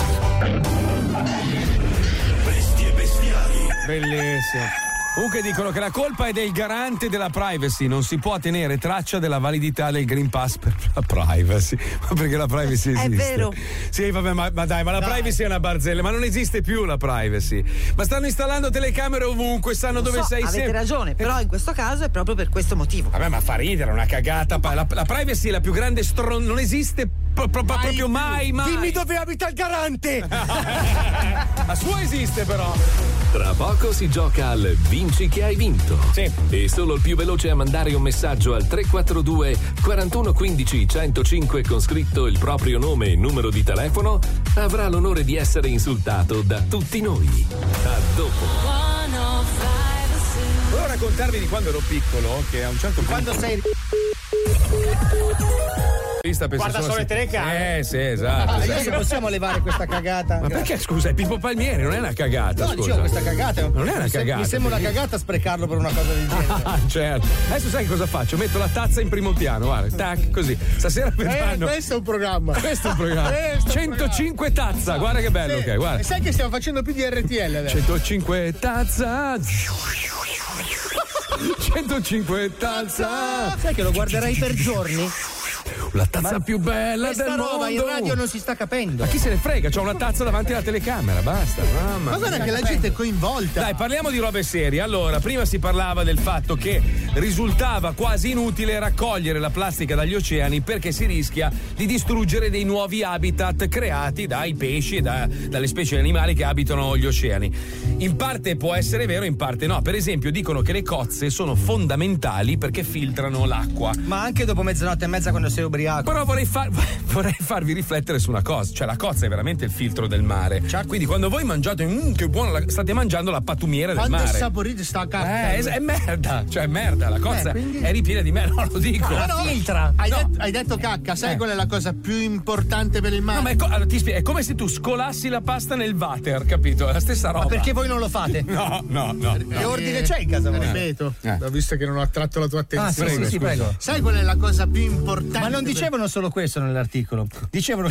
Bestie bestiali. Bellissimo. Comunque dicono che la colpa è del garante della privacy, non si può tenere traccia della validità del Green Pass per la privacy. Ma perché la privacy esiste? È vero. Sì, vabbè, ma dai, ma la privacy è una barzella, ma non esiste più la privacy. Ma stanno installando telecamere ovunque, sanno dove sei avete sempre. ragione, però in questo caso è proprio per questo motivo. Vabbè, ma fa ridere, una cagata. La privacy è la più grande non esiste proprio mai. Dimmi dove abita il garante! La sua esiste però. Tra poco si gioca al Vinci che hai vinto. Sì. E solo il più veloce a mandare un messaggio al 342 41 15 105 con scritto il proprio nome e numero di telefono avrà l'onore di essere insultato da tutti noi. A dopo. Volevo raccontarvi di quando ero piccolo, che a un certo punto. Quando sei. Guarda solo le telecamere. Sì, esatto. Adesso possiamo levare questa cagata? Ma perché, scusa, è Pippo Palmieri, non è una cagata. No, scusa. dicevo, questa cagata non è una cagata. Mi sembra una cagata sprecarlo per una cosa del genere. Certo. Adesso sai cosa faccio? Metto la tazza in primo piano, guarda, tac, così. Stasera vedranno. Questo è un programma. Questo è un programma. 105 tazza, guarda che bello che è, guarda. E sai che stiamo facendo più di RTL adesso. 105 tazza. 105 tazza. Sai che lo guarderai per giorni? la tazza più bella questa del roba mondo. in radio non si sta capendo. Ma chi se ne frega? C'ho una tazza davanti alla telecamera, basta. Ma guarda che la gente è coinvolta. Dai, parliamo di robe serie. Allora, prima si parlava del fatto che risultava quasi inutile raccogliere la plastica dagli oceani perché si rischia di distruggere dei nuovi habitat creati dai pesci e dalle specie animali che abitano gli oceani. In parte può essere vero, in parte no. Per esempio, dicono che le cozze sono fondamentali perché filtrano l'acqua. Ma anche dopo mezzanotte e mezza quando sei ubriaco. Però vorrei farvi riflettere su una cosa. Cioè, la cozza è veramente il filtro del mare. Quindi quando voi mangiate, che buono, state mangiando la pattumiera del quando mare. Quando saporite sta cacca. È merda. Cioè, è merda. La cozza è ripiena di merda. No, lo dico. Ma no, filtra. Hai detto cacca. Sai qual è la cosa più importante per il mare? No, ma allora, ti spiego. È come se tu scolassi la pasta nel water, capito? È la stessa roba. Ma perché voi non lo fate? No. Che ordine c'è in casa? Ripeto, visto che non ho attratto la tua attenzione. Sì, prego. Sai qual è la cosa più importante? Ma non dicevano solo questo nell'articolo. Dicevano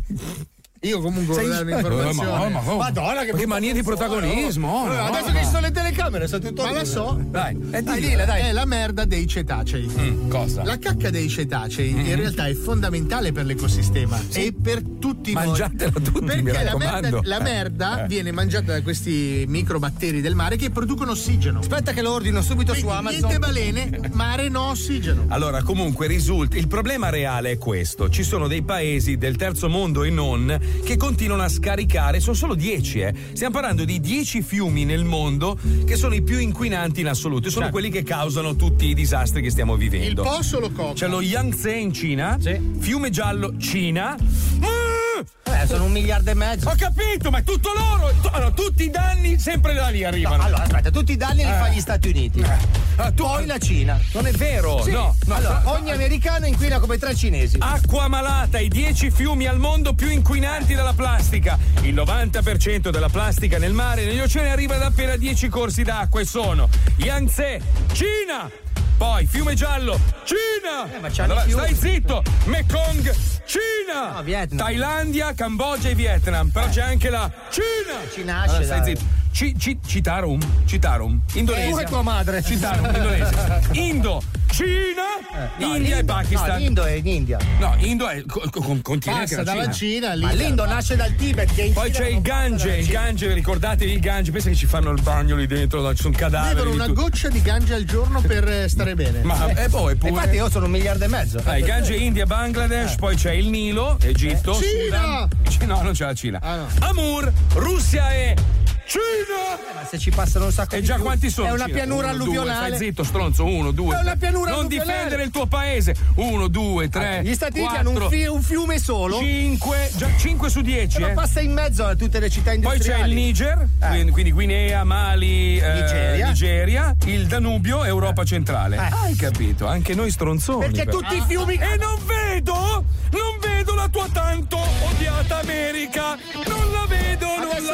io comunque volevo dare un'informazione. Madonna, che mania di protagonismo. Adesso che ci sono le telecamere, sono tutto. Ma la so. Dai, dai. È la merda dei cetacei. Cosa? La cacca dei cetacei in realtà è fondamentale per l'ecosistema e per tutti noi. Mangiatela tutti, perché mi raccomando. la merda viene mangiata da questi microbatteri del mare che producono ossigeno. Aspetta che lo ordino subito. Quindi, su Amazon. Niente balene, mare no ossigeno. Allora, comunque risulta. Il problema reale è questo: ci sono dei paesi del terzo mondo e non che continuano a scaricare, sono solo 10, Stiamo parlando di 10 fiumi nel mondo che sono i più inquinanti in assoluto, sono quelli che causano tutti i disastri che stiamo vivendo. Il Po solo Coca. C'è lo Yangtze in Cina, Fiume Giallo Cina. Sono 1,5 miliardi. Ho capito, ma è tutto loro. Allora, tutti i danni sempre da lì arrivano. No, allora, aspetta, tutti i danni li fa gli Stati Uniti. Poi la Cina. Non è vero, sì. No. Allora, ogni americano inquina come 3 cinesi. Acqua malata, i 10 fiumi al mondo più inquinanti dalla plastica. Il 90% della plastica nel mare e negli oceani arriva da appena 10 corsi d'acqua e sono Yangtze, Cina. Poi Fiume Giallo, Cina! Ma allora, stai zitto! Mekong, Cina! Vietnam. Thailandia, Cambogia e Vietnam. Però c'è anche la Cina! Ci nasce, allora, stai zitto. Citarum, Indonesia. Tu e tua madre. Citarum, Indonesia. Indo, Cina, India e Pakistan. No, l'Indo è in India. No, Indo è continente. Passa dalla Cina. Ma l'Indo nasce dal Tibet. Che poi c'è il Gange, ricordatevi il Gange. Pensa che ci fanno il bagno lì dentro, ci sono cadaveri. Bevono una goccia di Gange al giorno per stare bene. Ma poi pure. Infatti io sono 1,5 miliardi. Il Gange, India, Bangladesh, poi c'è il Nilo, Egitto, Cina! No, non c'è la Cina. No. Amur, Russia e Cina! Ma se ci passano un sacco e di già più. quanto sono? È una Cina? pianura 1, 2, alluvionale. stai zitto, stronzo. 1, 2. È una pianura non alluvionale. difendere il tuo paese. 1, 2, 3. Gli Stati Uniti 4, hanno un fiume solo. 5 su 10. Ma passa in mezzo a tutte le città industriali. Poi c'è il Niger, quindi Guinea, Mali, Nigeria, il Danubio, Europa centrale. Hai capito? Anche noi stronzoni. Perché tutti i fiumi. E non vedo la tua tanto odiata America. Non la vedo.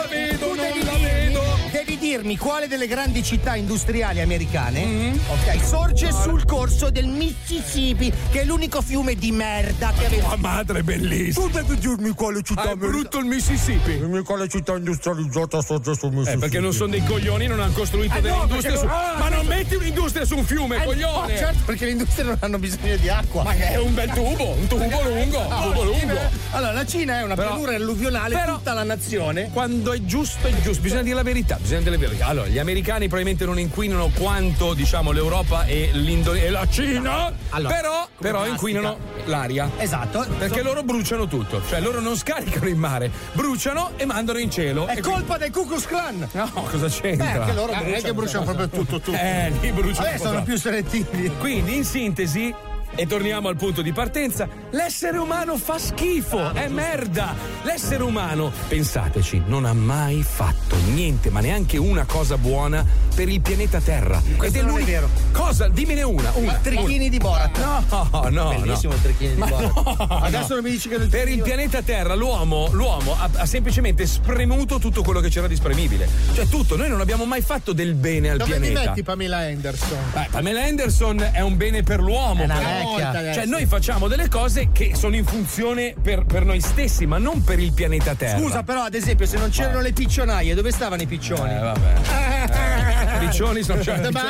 Devi dirmi quale delle grandi città industriali americane sorge sul corso del Mississippi, che è l'unico fiume di merda che aveva. Tua madre è bellissima. Tu devi dirmi quale città è brutto il Mississippi. Dimmi quale città industrializzata sorge sul Mississippi. Perché non sono dei coglioni, non hanno costruito delle industrie ma non metti un'industria su un fiume, coglione. Certo, perché le industrie non hanno bisogno di acqua. Ma è un bel tubo, un tubo lungo. Allora, la Cina è una pianura alluvionale, tutta la nazione. Quando è giusto, bisogna dire la verità. Allora, gli americani probabilmente non inquinano quanto, diciamo, l'Europa e l'Indonesia e la Cina, allora, però inquinano l'aria. Esatto. Perché loro bruciano tutto. Cioè, loro non scaricano in mare, bruciano e mandano in cielo. È colpa del Ku Klux Klan. No, cosa c'entra? Che loro bruciano. È che bruciano proprio tutto. Li bruciano. Sono più selettivi. Quindi, in sintesi, e torniamo al punto di partenza, l'essere umano fa schifo, è merda. L'essere umano, pensateci, non ha mai fatto niente, ma neanche una cosa buona per il pianeta Terra. Questo ed è non è vero. Cosa? Dimmene una. Trichini di Borat. No. Bellissimo il trichini di Borat. Adesso non mi dici che non per il pianeta Terra l'uomo ha semplicemente spremuto tutto quello che c'era di spremibile. Cioè tutto, noi non abbiamo mai fatto del bene al Dove pianeta. Dove ti metti Pamela Anderson? Pamela Anderson è un bene per l'uomo. vecchia. Cioè, noi facciamo delle cose che sono in funzione per noi stessi, ma non per il pianeta Terra. Scusa, però, ad esempio, se non c'erano le piccionaie, dove stavano i piccioni? Vabbè. I piccioni sono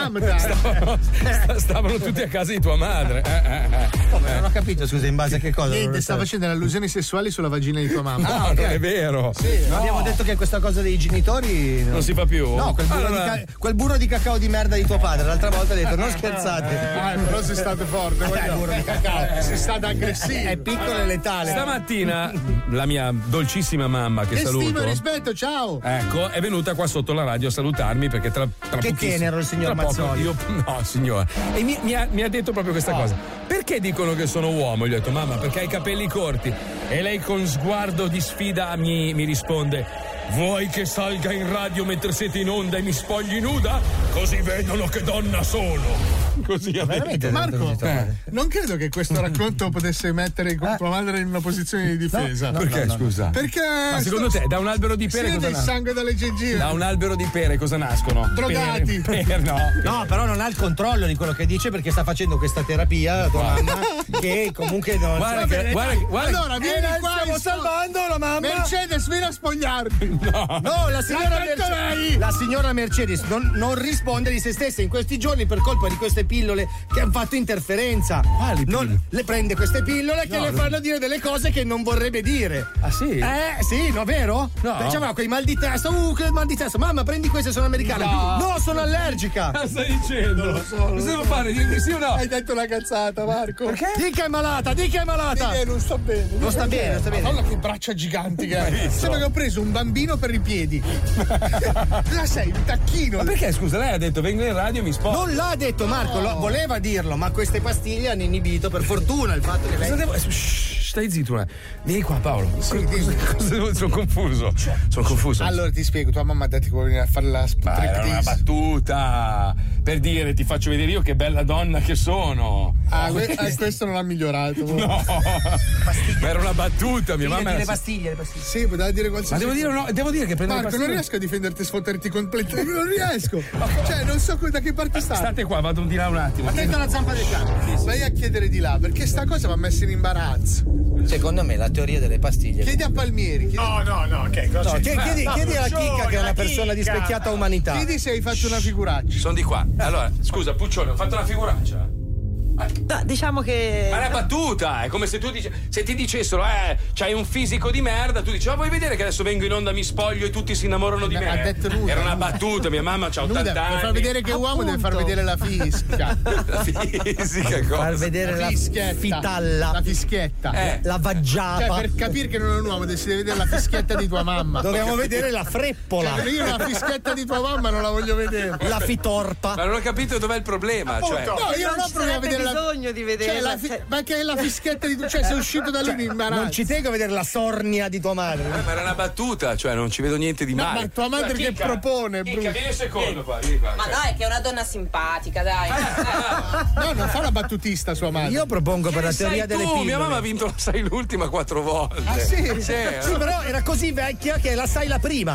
stavano tutti a casa di tua madre. Come? Non ho capito, scusa, in base a che cosa? Niente, sta facendo le allusioni sessuali sulla vagina di tua mamma. No, non è vero. Sì, no. Abbiamo detto che questa cosa dei genitori non si fa più. No, quel burro di cacao di merda di tuo padre. L'altra volta ha detto non scherzate. Però sei stato forte. Il burro di cacao. Sei stato aggressivo. È piccolo e letale. Stamattina la mia dolcissima mamma, che saluto. Stima e rispetto, ciao. Ecco, è venuta qua sotto la radio a salutarmi perché tra che tenero il signor Mazzoli. No, signora. E mi ha detto proprio questa cosa. Perché dicono che sono uomo? Gli ho detto, mamma, perché hai i capelli corti. E lei con sguardo di sfida mi risponde: vuoi che salga in radio mentre siete in onda e mi spogli nuda? Così vedono che donna sono. Così veramente. Marco, non credo che questo racconto potesse mettere tua madre in una posizione di difesa. Perché, scusa? Perché ma secondo te da un albero di pere cosa nasce? Sangue dalle gengive. Da un albero di pere cosa nascono? Drogati. No, però non ha il controllo di quello che dice perché sta facendo questa terapia tua mamma che comunque non guarda. Allora vieni qua, stiamo salvando la mamma. Mercedes, vieni a spogliarmi. No, la signora Mercedes non risponde di se stessa in questi giorni per colpa di queste pillole che hanno fatto interferenza. Le prende queste pillole che le fanno dire delle cose che non vorrebbe dire. Ah sì? Sì, no, vero? No. Faceva quei mal di testa. Che mal di testa. Mamma, prendi queste, sono americana. No, sono allergica. Cosa stai dicendo? Non lo so. Cosa devo fare? Sì o no? Hai detto una cazzata, Marco. Perché? Di che è malata. Di che non sta bene. Non sta bene. Guarda che braccia giganti che hai. Sembra che ho preso un bambino per i piedi. La sei, un tacchino. Ma perché, scusa, lei ha detto vengo in radio e mi sposto. Non l'ha detto, Marco, voleva dirlo, ma queste pastiglie hanno inibito per fortuna il fatto che lei... Stai zitto, vieni qua, Paolo. Sono confuso. Allora ti spiego, tua mamma ha detto che vuole venire a fare la era una battuta per dire ti faccio vedere io che bella donna che sono. Questo non ha migliorato. No, ma era una battuta, mia mamma. Le pastiglie. Sì, poteva dire qualsiasi. Ma devo dire che prendo Marco, non riesco a difenderti e sfotterti completamente. Non riesco. Cioè, non so da che parte sta. State qua, vado di là un attimo. Attento alla zampa del cane. Vai a chiedere di là, perché sta cosa mi ha messo in imbarazzo. Secondo me la teoria delle pastiglie. Chiedi a Palmieri. No, che cosa chiedi alla Chicca che è una persona di specchiata umanità. Chiedi se hai fatto una figuraccia. Sono di qua. Allora, scusa, Puccione, ho fatto una figuraccia. No, diciamo che. Ma è una battuta, è come se tu se ti dicessero, c'hai un fisico di merda, tu dici, vuoi vedere che adesso vengo in onda, mi spoglio e tutti si innamorano di me? Ha detto nuda. Era una battuta, mia mamma c'ha 80 anni. Per far vedere che è uomo deve far vedere la fisca. La fisica cosa? Far vedere la fitalla. La fischietta. La vaggiata. Cioè, per capire che non è un uomo si deve vedere la fischietta di tua mamma. Dobbiamo vedere la freppola. Cioè, io la fischietta di tua mamma non la voglio vedere. La fitorpa. Ma non ho capito dov'è il problema. Cioè. No, io non ho problema a vedere bisogno di vedere. Ma che è la fischietta di cioè sei uscito da lì in imbarazzo. Non ci tengo a vedere la sornia di tua madre. Ma era una battuta, cioè non ci vedo niente di male. Ma tua madre che propone, Chicca, vieni un secondo qua. Ma dai, che è una donna simpatica, dai. No, non fa la battutista sua madre. Io propongo per la teoria delle pillole. Mia mamma ha vinto la sai l'ultima 4 volte. Ah sì? Sì, però era così vecchia che la sai la prima.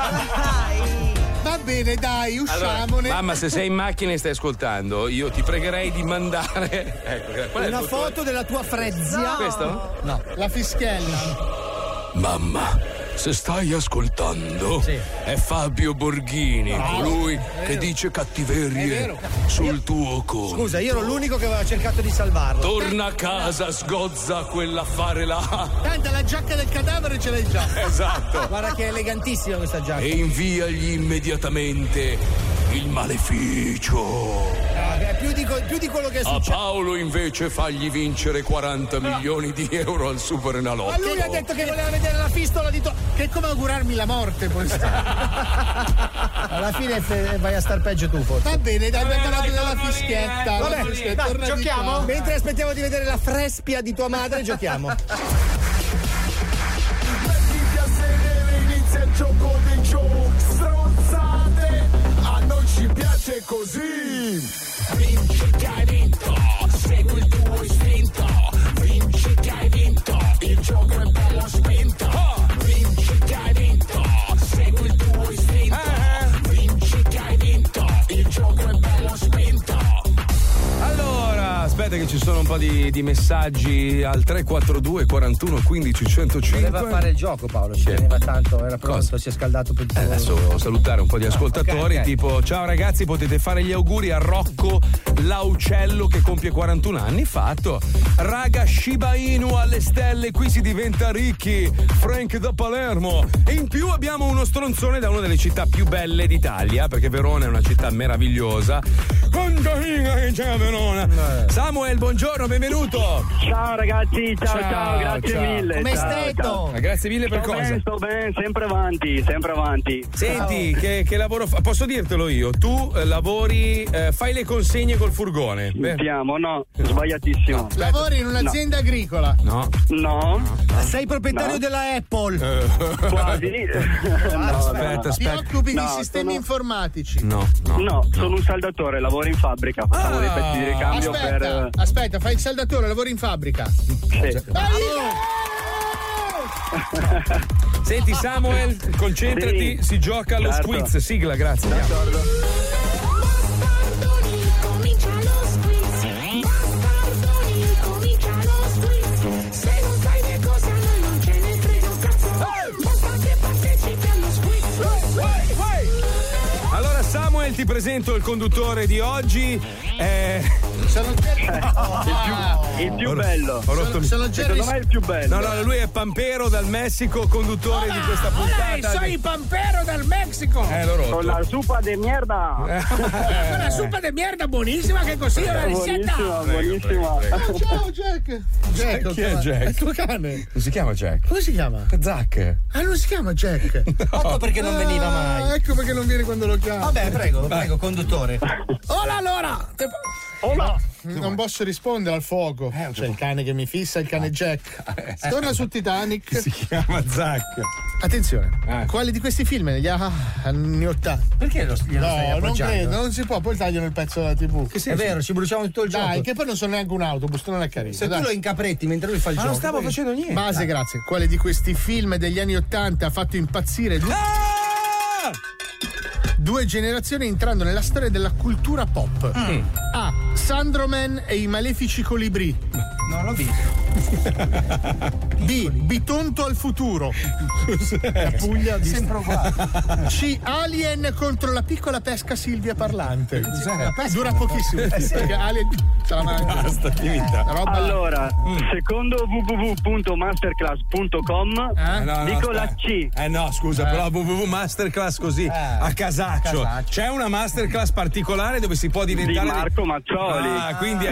Va bene, dai, usciamone. Allora, mamma, se sei in macchina e stai ascoltando, io ti pregherei di mandare una foto della tua frezzia. No. Questo? No. La fischella. Mamma, se stai ascoltando, è Fabio Borghini, colui che dice cattiverie sul tuo conto. Scusa, io ero l'unico che aveva cercato di salvarlo. Torna a casa, sgozza quell'affare là. Tanto la giacca del cadavere ce l'hai già. Esatto. Guarda che è elegantissima questa giacca. E inviagli immediatamente il maleficio. Più di quello che è A successo. Paolo invece fagli vincere 40 milioni di euro al Super Enalotto. Ma lui ha detto che voleva vedere la pistola di che è come augurarmi la morte poi alla fine vai a star peggio tu forse. Va bene, dai, abbiamo parlato della fischietta. Vabbè, dai, giochiamo? Mentre aspettiamo di vedere la frespia di tua madre, giochiamo. Mettiti a sedere, inizia il gioco dei giochi. Strozzate, a noi ci piace così. Vinci che hai vinto, segui il tuo istinto. Vinci che hai vinto, il gioco è bello spinto. Vinci che hai vinto, segui il tuo istinto. Vinci che hai vinto, il gioco è bello spinto. Allora, aspetta che ci sono un po' di messaggi al 342 41 15 105. Voleva fare il gioco Paolo, ci teneva tanto, era pronto, si è scaldato per il adesso salutare un po' di ascoltatori, ok. tipo ciao ragazzi, potete fare gli auguri a Rocco Laucello che compie 41 anni, fatto. Raga, Shiba Inu alle stelle, qui si diventa ricchi. Frank da Palermo. E in più abbiamo uno stronzone da una delle città più belle d'Italia, perché Verona è una città meravigliosa. Quanta figa che c'è a Verona. Samuel, buongiorno, benvenuto. Ciao ragazzi, ciao, grazie mille. Come stai? Grazie mille per cosa? Sto bene, sempre avanti. Senti, che lavoro fa? Posso dirtelo io? Tu lavori, fai le consegne col furgone. Sentiamo, no, sbagliatissimo. Lavori in un'azienda agricola? No. Sei proprietario della Apple? Quasi. Aspetta. Ti occupi di sistemi informatici? No, sono un saldatore, lavoro in fabbrica. Facciamo dei pezzi di ricambio per. Aspetta, fai il saldatore, lavori in fabbrica? Sì. Senti Samuel, concentrati, si gioca allo squiz, sigla, grazie. Comincia lo squiz. Bastardoni, comincia lo squiz. Se non sai le cose a noi non ce ne frega un cazzo. Basta che partecipi allo squiz. Allora Samuel, ti presento il conduttore di oggi. Sono il più bello. Sono Jerry. Secondo me è il più bello. No, lui è Pampero dal Messico, conduttore di questa puntata. Soy Pampero dal Messico. L'ho rotto. Con la zuppa de mierda. Una zuppa di merda buonissima che così è la ricetta. Buonissima. Ciao Jack. Jack, Chi è Jack? È il tuo cane. Non si chiama Jack. Come si chiama? Zac. Ah, non si chiama Jack. Ecco perché non veniva mai. Ecco perché non viene quando lo chiamo. Vabbè, prego, conduttore. Hola allora. Hola. Non posso rispondere al fuoco. C'è il cane che mi fissa, il cane Jack. Torna su Titanic. Si chiama Zac. Attenzione, quali di questi film negli anni 80? Perché glielo stai Non appoggiando? credo, non si può, poi tagliano il pezzo della TV. È vero, ci bruciamo tutto il gioco. Dai, che poi non sono neanche un autobus, non è carino. Se tu lo incapretti mentre lui fa il Ma gioco. non stavo facendo niente. Base, grazie. Quale di questi film degli anni 80 ha fatto impazzire due generazioni entrando nella storia della cultura pop? A. Sandro Man e i malefici colibrì. Non l'ho visto. B. Bitonto al futuro. La Puglia Sembra uguale. C. Alien contro la piccola pesca Silvia parlante. Dura pochissimo perché Alien ce la mangia. Basta, finita. Allora, secondo www.masterclass.com dico la C. No, scusa, però www.masterclass così a casaccio. C'è una masterclass particolare dove si può diventare Di Marco Mazzoli. Quindi è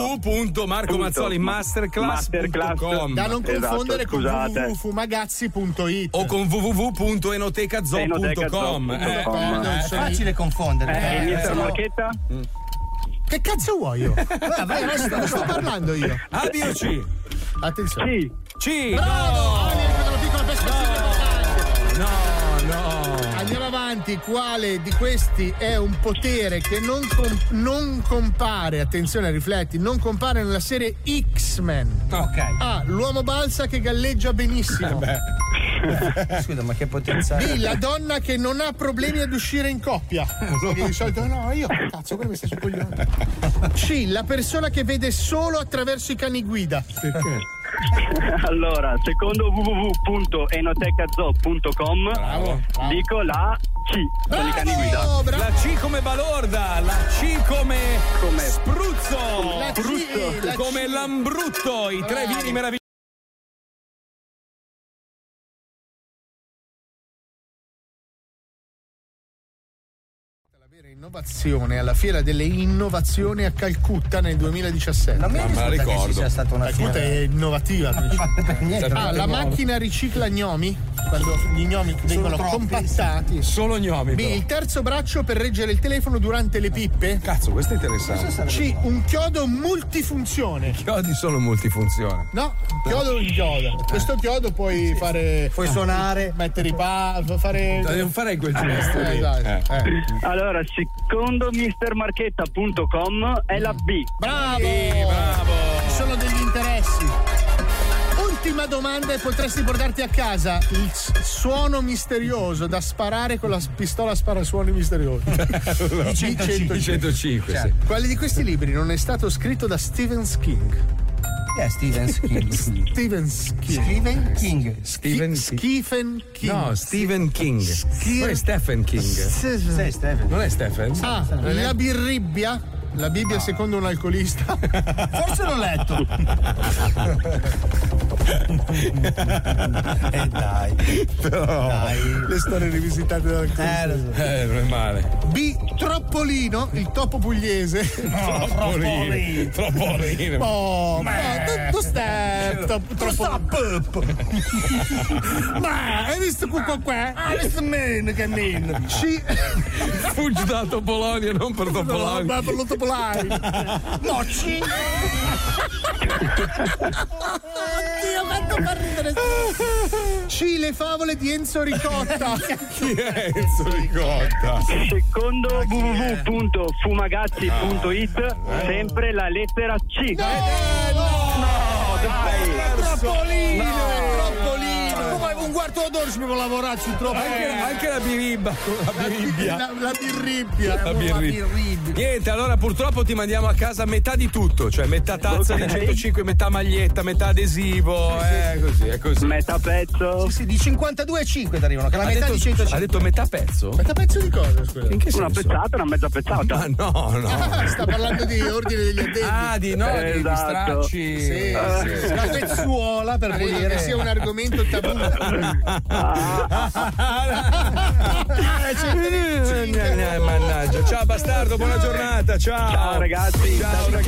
www.marcomazzolimasterclass.com. Da non confondere con scusate. www.fumagazzi.it o con www.enotecazoo.com. È facile confondere. E Mister Marchetta? Che cazzo vuoi io? Vai, adesso sto parlando io. A, B o C? Attenzione. C. Bravo! Alien contro la piccola pesca Silvia parlante. No. Andiamo avanti. Quale di questi è un potere che non compare, attenzione, rifletti, non compare nella serie X-Men? Ok. A. L'uomo balsa che galleggia benissimo. Scusa, ma che potenza B. La donna che non ha problemi ad uscire in coppia. Che di solito no, io cazzo, quello mi sta sul coglione. C. La persona che vede solo attraverso i cani guida. Perché? Allora, secondo www.enotecazoo.com dico la C. Con i cani guida. La C come balorda, la C come spruzzo, La C, come lambrutto, i tre vini meravigliosi. Innovazione alla fiera delle innovazioni a Calcutta nel 2017. Non mi ricordo. Sia stata una Calcutta è innovativa. La macchina ricicla gnomi quando gli gnomi vengono compattati. Solo gnomi. B. Il terzo braccio per reggere il telefono durante le pippe. Cazzo, questo è interessante. C. Un chiodo multifunzione. Chiodi solo multifunzione. No, chiodo inchioda. Questo chiodo puoi fare. Puoi suonare, mettere i fare. Non farei quel gesto. Esatto. Allora, secondo mistermarchetta.com è la B. Bravo! Ci sono degli interessi. Un Ultima domanda e potresti portarti a casa il suono misterioso da sparare con la pistola sparasuoni misteriosi. G105. Sì. Quale di questi libri non è stato scritto da Stephen King? Stephen King. Stephen King. No, Stephen King. Non è Stephen King. Sei Stephen. Non è Stephen? La birribbia? La Bibbia secondo un alcolista? Forse l'ho letto. Dai. Però le storie rivisitate dall'alcolista. Non è male. B. Troppolino, il topo pugliese. Troppolino. Tu stai troppo. Ma hai visto qua? Hai visto men che men? C. Fuggi da Topolonia, non per Topolonia. Ma per lo Topolani. Mocci. Oddio, quanto fa ridere. C. Le favole di Enzo Ricotta. Chi è Enzo Ricotta? Secondo www.fumagazzi.it sempre la lettera C. No, dai. Troppolino. Come un quarto d'ora ci devo lavorarci troppo. Anche la biribba. La birribbia. Niente, allora purtroppo ti mandiamo a casa metà di tutto, cioè metà tazza di 105, metà maglietta, metà adesivo, è così. Metà pezzo. Sì, di 52,5 ti arrivano, che la metà di 105. Ha detto metà pezzo? Metà pezzo di cosa, scusa? In che senso? Una pezzata, una mezza pezzata. Ma no. Sta parlando di ordine degli addetti. Di stracci. Sì. La pezzuola per pulire. Che sia un argomento tabù. Mannaggia. Ciao bastardo, buona giornata. Ciao ragazzi.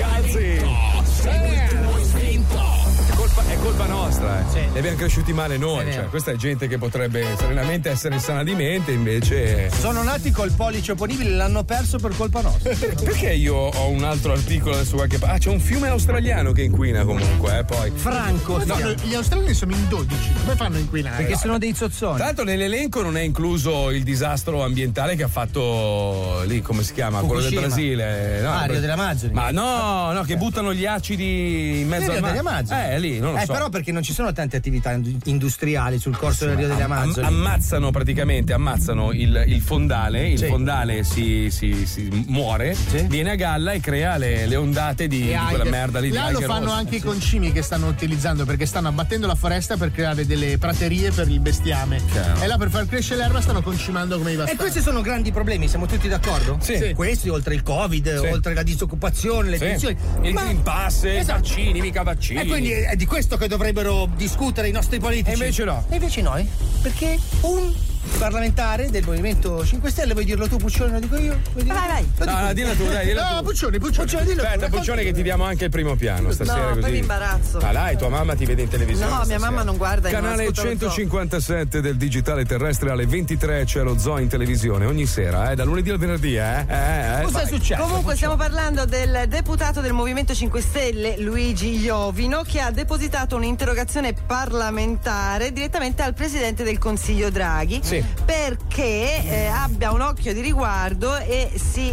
È colpa nostra, Sì. E abbiamo cresciuti male noi. Cioè, questa è gente che potrebbe serenamente essere sana di mente, invece. Sono nati col pollice opponibile, l'hanno perso per colpa nostra. Perché io ho un altro articolo adesso qualche c'è un fiume australiano che inquina comunque, poi. Franco. Gli australiani sono in 12. Come fanno a inquinare? Perché sono dei zozzoni. Tra l'altro nell'elenco non è incluso il disastro ambientale che ha fatto lì, come si chiama? Fukushima. Quello del Brasile. Rio delle Amazzoni. Ma no, che buttano gli acidi in mezzo al mare. Rio delle Amazzoni. Lì, non lo so. Però perché non ci sono tante attività industriali sul corso del Rio delle Amazzoni. Ammazzano il fondale, il fondale si muore, viene a galla e crea le ondate di quella merda lì. Là lo fanno anche i concimi che stanno utilizzando, perché stanno abbattendo la foresta per creare delle praterie per il bestiame. E là per far crescere l'erba stanno concimando come i bastardi. E questi sono grandi problemi, siamo tutti d'accordo? Sì. Questi, oltre il Covid, oltre la disoccupazione, le tensioni. Il Green Pass, i vaccini, mica vaccini. E quindi è di questo che dovrebbero discutere i nostri politici. E invece no. Perché un parlamentare del Movimento 5 Stelle, vuoi dirlo tu, Puccione? Lo dico io? Vai. No, dillo tu, dai, dillo tu. No, Puccione, dillo. Aspetta, Puccione, che ti diamo anche il primo piano stasera, No, così. poi mi imbarazzo. Ma dai, tua mamma ti vede in televisione. No, stasera. mia mamma non guarda. Canale 157 del digitale terrestre alle 23 c'è lo Zoo in televisione ogni sera, da lunedì al venerdì, Cosa è successo? Comunque stiamo parlando del deputato del Movimento 5 Stelle Luigi Iovino, che ha depositato un'interrogazione parlamentare direttamente al Presidente del Consiglio Draghi, perché abbia un occhio di riguardo e si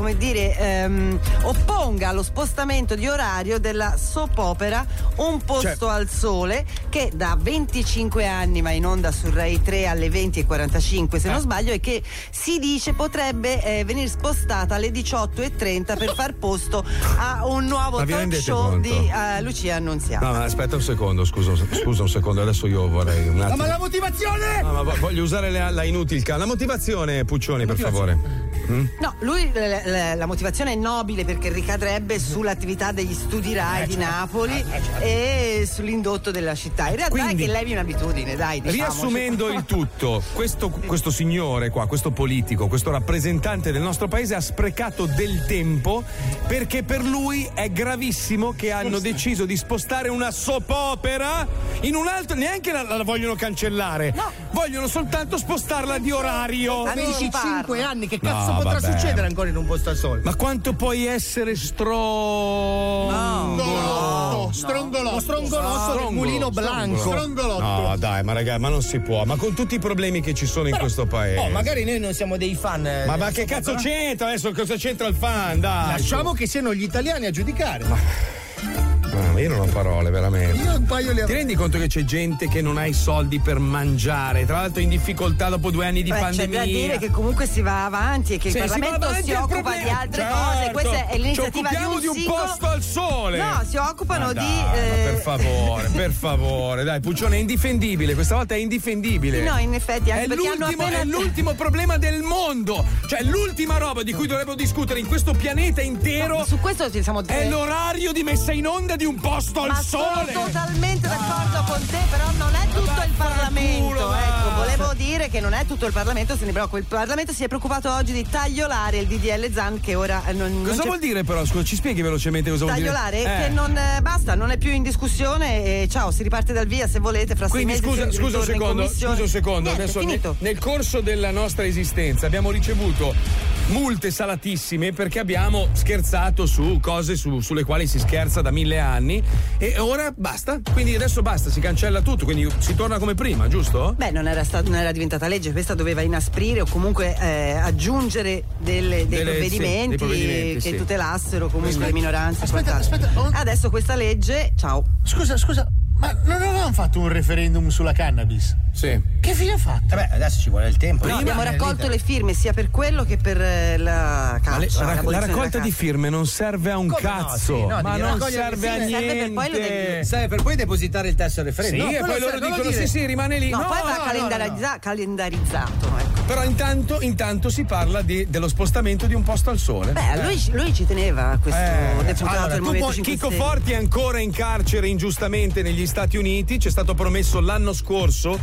opponga allo spostamento di orario della soap opera Un posto al sole, che da 25 anni va in onda su Rai 3 alle 20:45 se non sbaglio, e che si dice potrebbe venire spostata alle 18:30 per far posto a un nuovo talk show di Lucia Annunziata. No, ma aspetta un secondo, scusa un secondo, adesso io vorrei un attimo. Ma la motivazione? No, ma voglio usare la inutilca. La motivazione, Puccioni, per favore. No, lui la motivazione è nobile perché ricadrebbe sull'attività degli studi RAI di Napoli e sull'indotto della città. In realtà è che levi un'abitudine, dai, riassumendo il tutto, questo signore qua, questo politico, questo rappresentante del nostro paese ha sprecato del tempo, perché per lui è gravissimo che hanno deciso di spostare una soap opera in un altro, neanche la vogliono cancellare, vogliono soltanto spostarla di orario. A 25 anni, che cazzo potrà succedere ancora in Un posto al sole? Ma quanto puoi essere strongolotto del mulino blanco. No, dai, ma ragazzi, ma non si può, ma con tutti i problemi che ci sono in questo paese. Magari noi non siamo dei fan. Ma che cazzo c'entra adesso? Cosa c'entra il fan? Dai. Lasciamo che siano gli italiani a giudicare. No, io non ho parole, veramente. Io un paio li ho. Ti rendi conto che c'è gente che non ha i soldi per mangiare, tra l'altro in difficoltà dopo 2 anni di pandemia? C'è da dire che comunque si va avanti e che il Parlamento si occupa di altre cose. Questa è l'iniziativa ci occupiamo di un posto al sole. No, si occupano per favore, dai, Puccione è indifendibile, questa volta è indifendibile. No, in effetti, anche perché è l'ultimo problema del mondo, cioè l'ultima roba di cui dovremmo discutere in questo pianeta intero. Su questo ci siamo è l'orario di messa in onda di un posto al sole. Sono totalmente d'accordo con te, però non è tutto il Parlamento. Ecco, volevo dire che non è tutto il Parlamento, se ne preoccupa. Il Parlamento si è preoccupato oggi di tagliolare il DDL Zan, che ora non cosa vuol dire però? Scusa, ci spieghi velocemente cosa vuol dire? Tagliolare che non basta, non è più in discussione e ciao, si riparte dal via se volete fra 6 mesi. Scusa un secondo. Niente, adesso nel corso della nostra esistenza abbiamo ricevuto multe salatissime perché abbiamo scherzato su cose sulle quali si scherza da 1000 anni e ora basta, quindi adesso basta, si cancella tutto, quindi si torna come prima, giusto? Beh, non era diventata legge, questa doveva inasprire o comunque aggiungere dei provvedimenti che tutelassero comunque le minoranze. Aspetta. Adesso questa legge, ciao. Scusa, ma non avevamo fatto un referendum sulla cannabis? Sì. Che fine ha fatto? Beh, adesso ci vuole il tempo. No, abbiamo raccolto le firme sia per quello che per la caccia. La raccolta di firme non serve a un cazzo, ma non serve a niente. Serve per poi depositare il testo al referendum. Sì, e poi loro dicono sì, rimane lì. No, poi va calendarizzato. Ecco. Però intanto si parla dello spostamento di un posto al sole. Beh, lui ci teneva questo deputato del Movimento 5 Chico Stelle. Forti è ancora in carcere ingiustamente negli Stati Uniti, ci è stato promesso l'anno scorso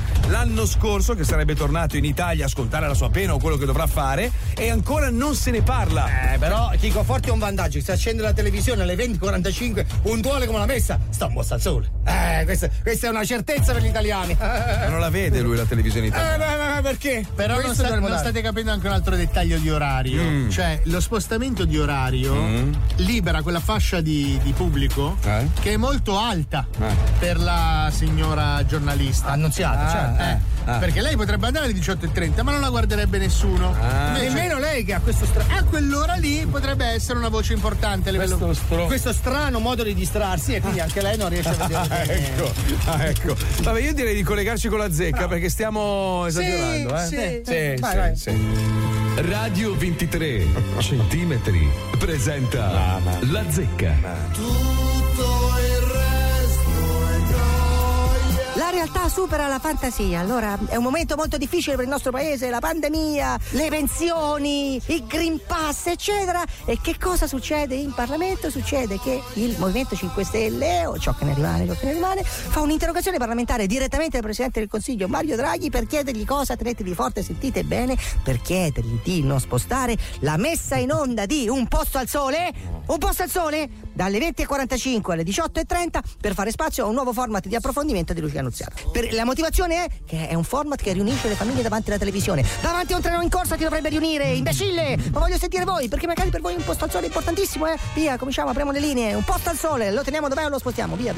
che sarebbe tornato in Italia a scontare la sua pena o quello che dovrà fare e ancora non se ne parla. Però Chico Forti è un vantaggio, si accende la televisione alle 20:45 puntuale come la messa, sta un posto al sole. Questa è una certezza per gli italiani. Ma non la vede lui la televisione italiana. Perché? Però non state capendo anche un altro dettaglio di orario. Cioè, lo spostamento di orario libera quella fascia di pubblico che è molto alta per la signora giornalista. Annunziata, certo. Perché lei potrebbe andare alle 18:30, ma non la guarderebbe nessuno. Nemmeno lei che ha questo a quell'ora lì potrebbe essere una voce importante a livello questo strano modo di distrarsi e quindi anche lei non riesce a vedere. Ecco. Vabbè, io direi di collegarci con la zecca perché stiamo esagerando. Sì. Radio 23 centimetri presenta La Zecca. Tutto il resto è gioia. La realtà supera la fantasia, allora è un momento molto difficile per il nostro paese, la pandemia, le pensioni, il Green Pass, eccetera. E che cosa succede in Parlamento? Succede che il Movimento 5 Stelle, o ciò che ne rimane, fa un'interrogazione parlamentare direttamente al Presidente del Consiglio Mario Draghi per chiedergli cosa, tenetevi forte, sentite bene, per chiedergli di non spostare la messa in onda di Un posto al sole, dalle 20:45 alle 18:30 per fare spazio a un nuovo format di approfondimento di Lucia Annunziata. La motivazione è che è un format che riunisce le famiglie davanti alla televisione. Davanti a un treno in corsa ti dovrebbe riunire, imbecille! Ma voglio sentire voi, perché magari per voi Un posto al sole è importantissimo, Via, cominciamo, apriamo le linee. Un posto al sole, lo teniamo dov'è o lo spostiamo? Via.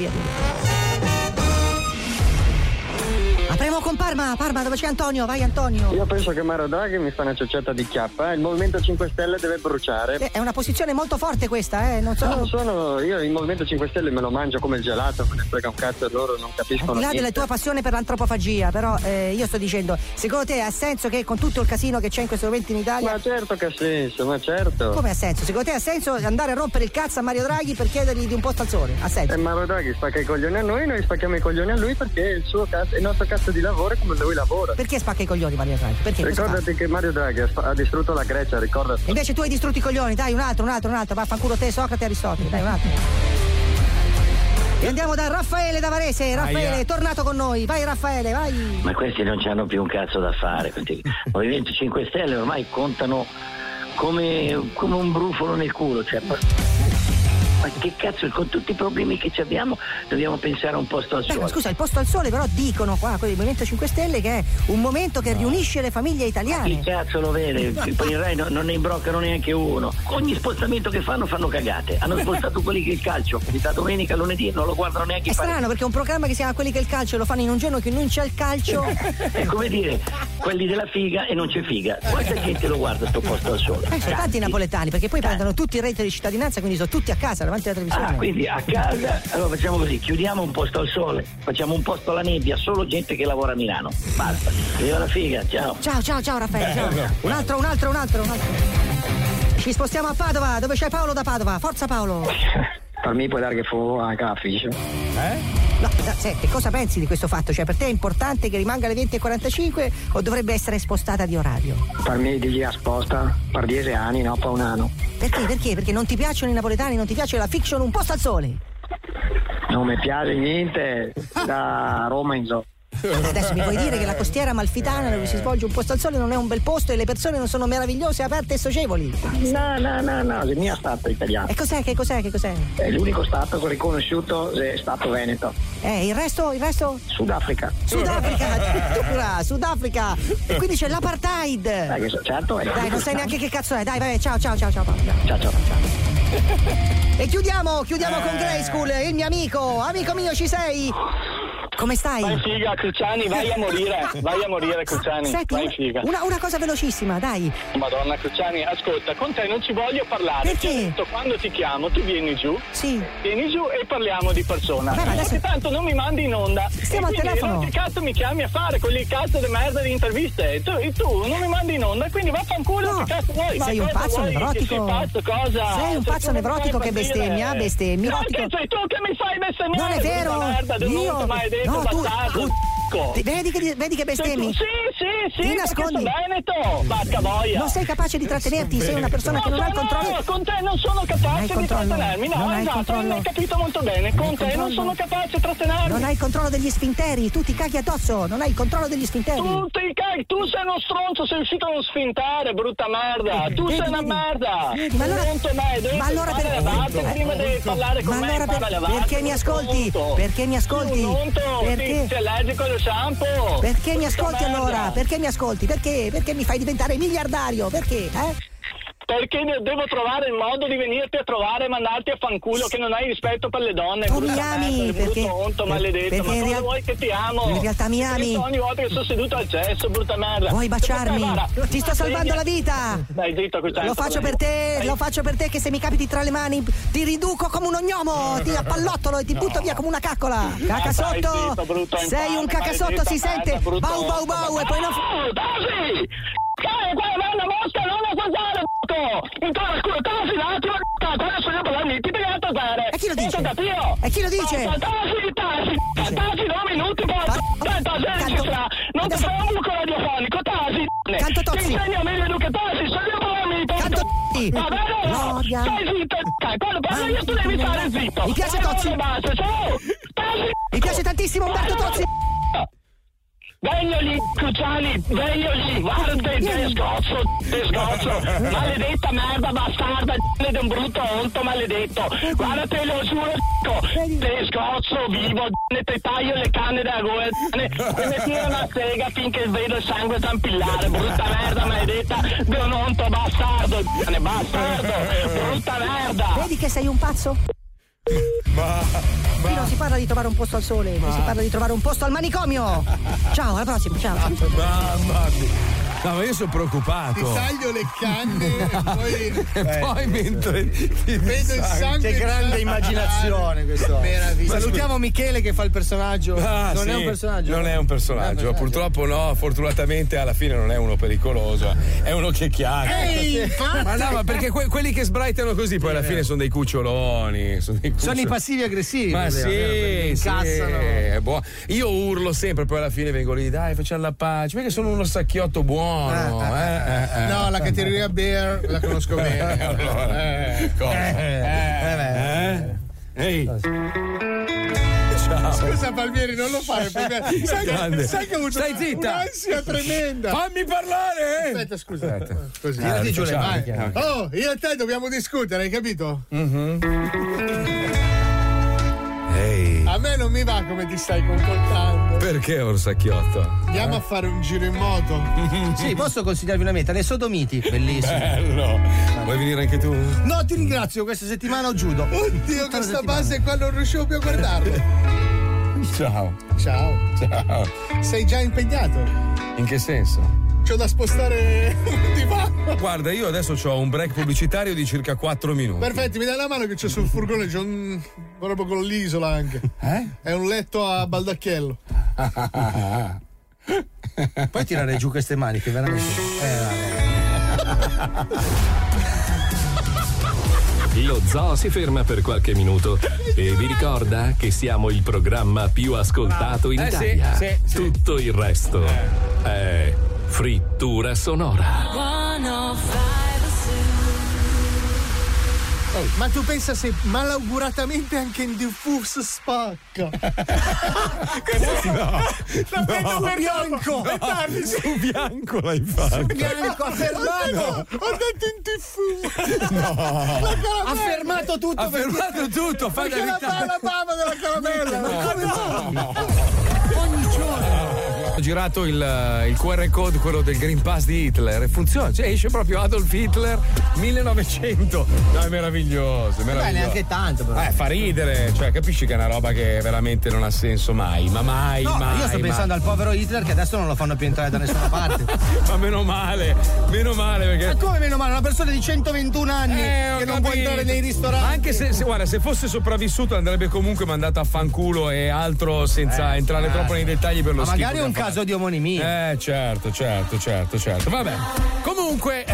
Apriamo con Parma, dove c'è Antonio? Vai Antonio. Io penso che Mario Draghi mi fa una ciocciata di chiappa, il Movimento 5 Stelle deve bruciare. È una posizione molto forte questa, non so. Io il Movimento 5 Stelle me lo mangio come il gelato, me ne frega un cazzo e loro non capiscono al di là niente. della tua passione per l'antropofagia, però io sto dicendo, secondo te ha senso che con tutto il casino che c'è in questo momento in Italia? Ma certo che ha senso, ma certo. Come ha senso? Secondo te ha senso andare a rompere il cazzo a Mario Draghi per chiedergli di un posto al sole? Ha senso? E Mario Draghi spacca i coglioni a noi spacchiamo i coglioni a lui perché il nostro cazzo di lavoro è come lui lavora. Perché spacca i coglioni Mario Draghi? Perché? Ricordati che Mario Draghi ha distrutto la Grecia, ricordati. Invece tu hai distrutto i coglioni, dai, un altro, vaffanculo te, Socrate e Aristotele, dai, un altro. E andiamo da Raffaele da Varese. Raffaele è tornato con noi, vai Raffaele, vai. Ma questi non c'hanno più un cazzo da fare, questi Movimento 5 Stelle ormai contano come un brufolo nel culo, cioè. Ma che cazzo, con tutti i problemi che ci abbiamo dobbiamo pensare a un posto al sole. Ma scusa, il posto al sole però dicono qua quelli del Movimento 5 Stelle che è un momento che riunisce le famiglie italiane. Chi cazzo lo vede? Poi il Rai non ne imbroccano neanche uno. Ogni spostamento che fanno cagate. Hanno spostato quelli che il calcio da domenica, lunedì non lo guardano neanche i È strano perché un programma che si chiama Quelli che il calcio lo fanno in un giorno che non c'è il calcio. È come dire quelli della figa e non c'è figa. Quanta gente lo guarda sto posto al sole? Sono tanti napoletani perché poi prendono tutti il reddito di cittadinanza, quindi sono tutti a casa davanti alla televisione. Ah, quindi a casa, allora facciamo così, chiudiamo un posto al sole, facciamo un posto alla nebbia, solo gente che lavora a Milano. Basta. Viva la figa, ciao. Ciao Raffaele, ciao. Un altro. Ci spostiamo a Padova, dove c'è Paolo da Padova. Forza Paolo. Per me puoi dare che fu a caffice. No, senti, cosa pensi di questo fatto? Cioè, per te è importante che rimanga alle 20:45 o dovrebbe essere spostata di orario? Per me di a sposta per 10 anni, no, per un anno. Perché? Perché non ti piacciono i napoletani, non ti piace la fiction Un posto al sole? Non mi piace niente da Roma in zo. Adesso mi vuoi dire che la costiera amalfitana dove si svolge Un posto al sole non è un bel posto e le persone non sono meravigliose, aperte e socievoli? No, il mio stato italiano. E cos'è? Che cos'è? È l'unico stato che ho riconosciuto è stato Veneto. Il resto? Sudafrica. Addirittura Sudafrica. E quindi c'è l'apartheid. Certo. Dai, non sai neanche che cazzo è. Dai, vai, ciao. Ciao. E chiudiamo con Grayskull, il mio amico. Amico mio, ci sei? Come stai? Vai figa, Cruciani, vai a morire Cruciani. Senti, vai figa. Una cosa velocissima, dai. Madonna Cruciani, ascolta, con te non ci voglio parlare. Perché? Ti ho detto, quando ti chiamo tu vieni giù. Sì. Vieni giù e parliamo di persona. Vabbè, adesso... Perché tanto non mi mandi in onda. Stiamo al telefono. Che cazzo mi chiami a fare quelli cazzo di merda di interviste? Tu non mi mandi in onda, quindi vaffanculo, no. Che cazzo vuoi? Sei un pazzo nevrotico. Sei un pazzo nevrotico che bestemmia. No, che sei tu che mi fai bestemmiare. Non è vero. Io maledetto bastardo. Vedi che bestemmi? Sì, ti nascondi. Veneto, vacca boia. Non sei capace di trattenerti, sei una persona che non ha il controllo. No, con te non sono capace di trattenermi, no, esatto, non hai capito molto bene, con te non sono capace di trattenermi. Non hai il controllo degli sfinteri, tu ti caghi addosso, non hai il controllo degli sfinteri. Tu ti caghi, tu sei uno stronzo, sei uscito da uno sfintere, brutta merda, tu sei una merda. Ma allora prima di parlare con me, perché mi ascolti? Perché mi ascolti? Perché sei allergico allo shampoo? Perché mi ascolti allora? Perché mi ascolti? Perché mi fai diventare miliardario? Perché? Perché devo trovare il modo di venirti a trovare e mandarti a fanculo che non hai rispetto per le donne. Tu mi ami perché maledetto, ma cosa vuoi che ti amo? In realtà mi ami. Ogni volta che sono seduto al cesso, brutta merda. Vuoi baciarmi? Ti sto salvando la vita. Dai, zitto, lo faccio per te che se mi capiti tra le mani ti riduco come un ognomo, ti appallottolo e ti butto via come una caccola. Cacasotto. Sei un cacasotto, si sente. Bau bau bau e poi non guarda una mosca, non la guardare, intorno al culo, tasi, adesso io parlarmi, ti devi alzare. E chi lo dice? E chi lo dice? Tasi, 9 minuti, non ti fai un buco radiofonico, tasi. Canto Tozzi. Ti insegno meglio tu che tasi, se io parlarmi, Canto Tozzi. Va bene? Stai zitto, quando parlo io tu devi stare zitto. Mi piace Tozzi. Mi piace tantissimo Umberto Tozzi. Vengo lì, Cruciani, vengo lì, guarda, te scozzo, maledetta merda, bastarda, ed un brutto onto, maledetto, guarda, te lo giuro, te scozzo, vivo, te taglio le canne della gola, e mi tiro una sega finché vedo il sangue zampillare, brutta merda, maledetta, di un onto, bastardo, brutta merda. Vedi che sei un pazzo? Qui non si parla di trovare un posto al sole, qui si parla di trovare un posto al manicomio. Ciao, alla prossima, ciao. Mamma mia. No, ma io sono preoccupato. Ti taglio le canne e poi mentre ti vedo il sangue. Che grande immaginazione questo. Meraviglia. Salutiamo Michele che fa il personaggio. Non è un personaggio. Non è un personaggio. Purtroppo no, fortunatamente alla fine non è uno pericoloso, è uno che chiacchiera. Ma no, ma perché quelli che sbraitano così poi alla fine sono dei cuccioloni. Sono i passivi aggressivi. Ma sì, incassano. Io urlo sempre, poi alla fine vengo lì, dai, facciamo la pace, perché sono uno sacchiotto buono. No, la categoria beer la conosco bene. Ehi. Ciao. Scusa Palmieri, non lo fare perché sai che ho avuto un'ansia tremenda. Fammi parlare. Aspetta, scusa. Così. Tirati giù le mani. Oh, io e te dobbiamo discutere, hai capito? Ehi. A me non mi va come ti stai comportando. Perché Orsacchiotto? Andiamo a fare un giro in moto. Sì, posso consigliarvi una meta, le Sodomiti. Bellissimo. Bello. Vuoi venire anche tu? No, ti ringrazio, questa settimana ho judo. Oddio, questa base qua non riuscivo più a guardarlo. Ciao. Sei già impegnato? In che senso? C'ho da spostare un divano. Guarda, io adesso ho un break pubblicitario di circa 4 minuti. Perfetto, mi dai la mano che c'è sul furgone, c'è un. Proprio con l'isola anche. È un letto a baldacchiello. Puoi tirare giù queste maniche, veramente. Lo Zoo si ferma per qualche minuto e vi ricorda che siamo il programma più ascoltato in Italia. Sì. Tutto il resto è frittura sonora. Ma tu pensa se malauguratamente anche in diffus spacca? No, vedo bianco! Su bianco l'hai fatto. Bianco, affermato! Ho detto in diffus! No! Ha fermato tutto! Ha fermato tutto! Fai Perché la bava della caramella! Ma come no? Ogni giorno! Ho girato il QR code, quello del Green Pass di Hitler, e funziona, cioè esce proprio Adolf Hitler 1900. No, è meraviglioso, è meraviglioso. Beh, neanche tanto, però. Fa ridere, cioè capisci che è una roba che veramente non ha senso mai, ma mai, no, mai. Io sto pensando al povero Hitler che adesso non lo fanno più entrare da nessuna parte. Ma meno male perché. Ma come meno male? Una persona di 121 anni che non può entrare nei ristoranti. Anche se fosse sopravvissuto andrebbe comunque mandato a fanculo e altro senza entrare troppo nei dettagli per lo schifo. Magari è un caso di omonimia. Certo. Vabbè. Comunque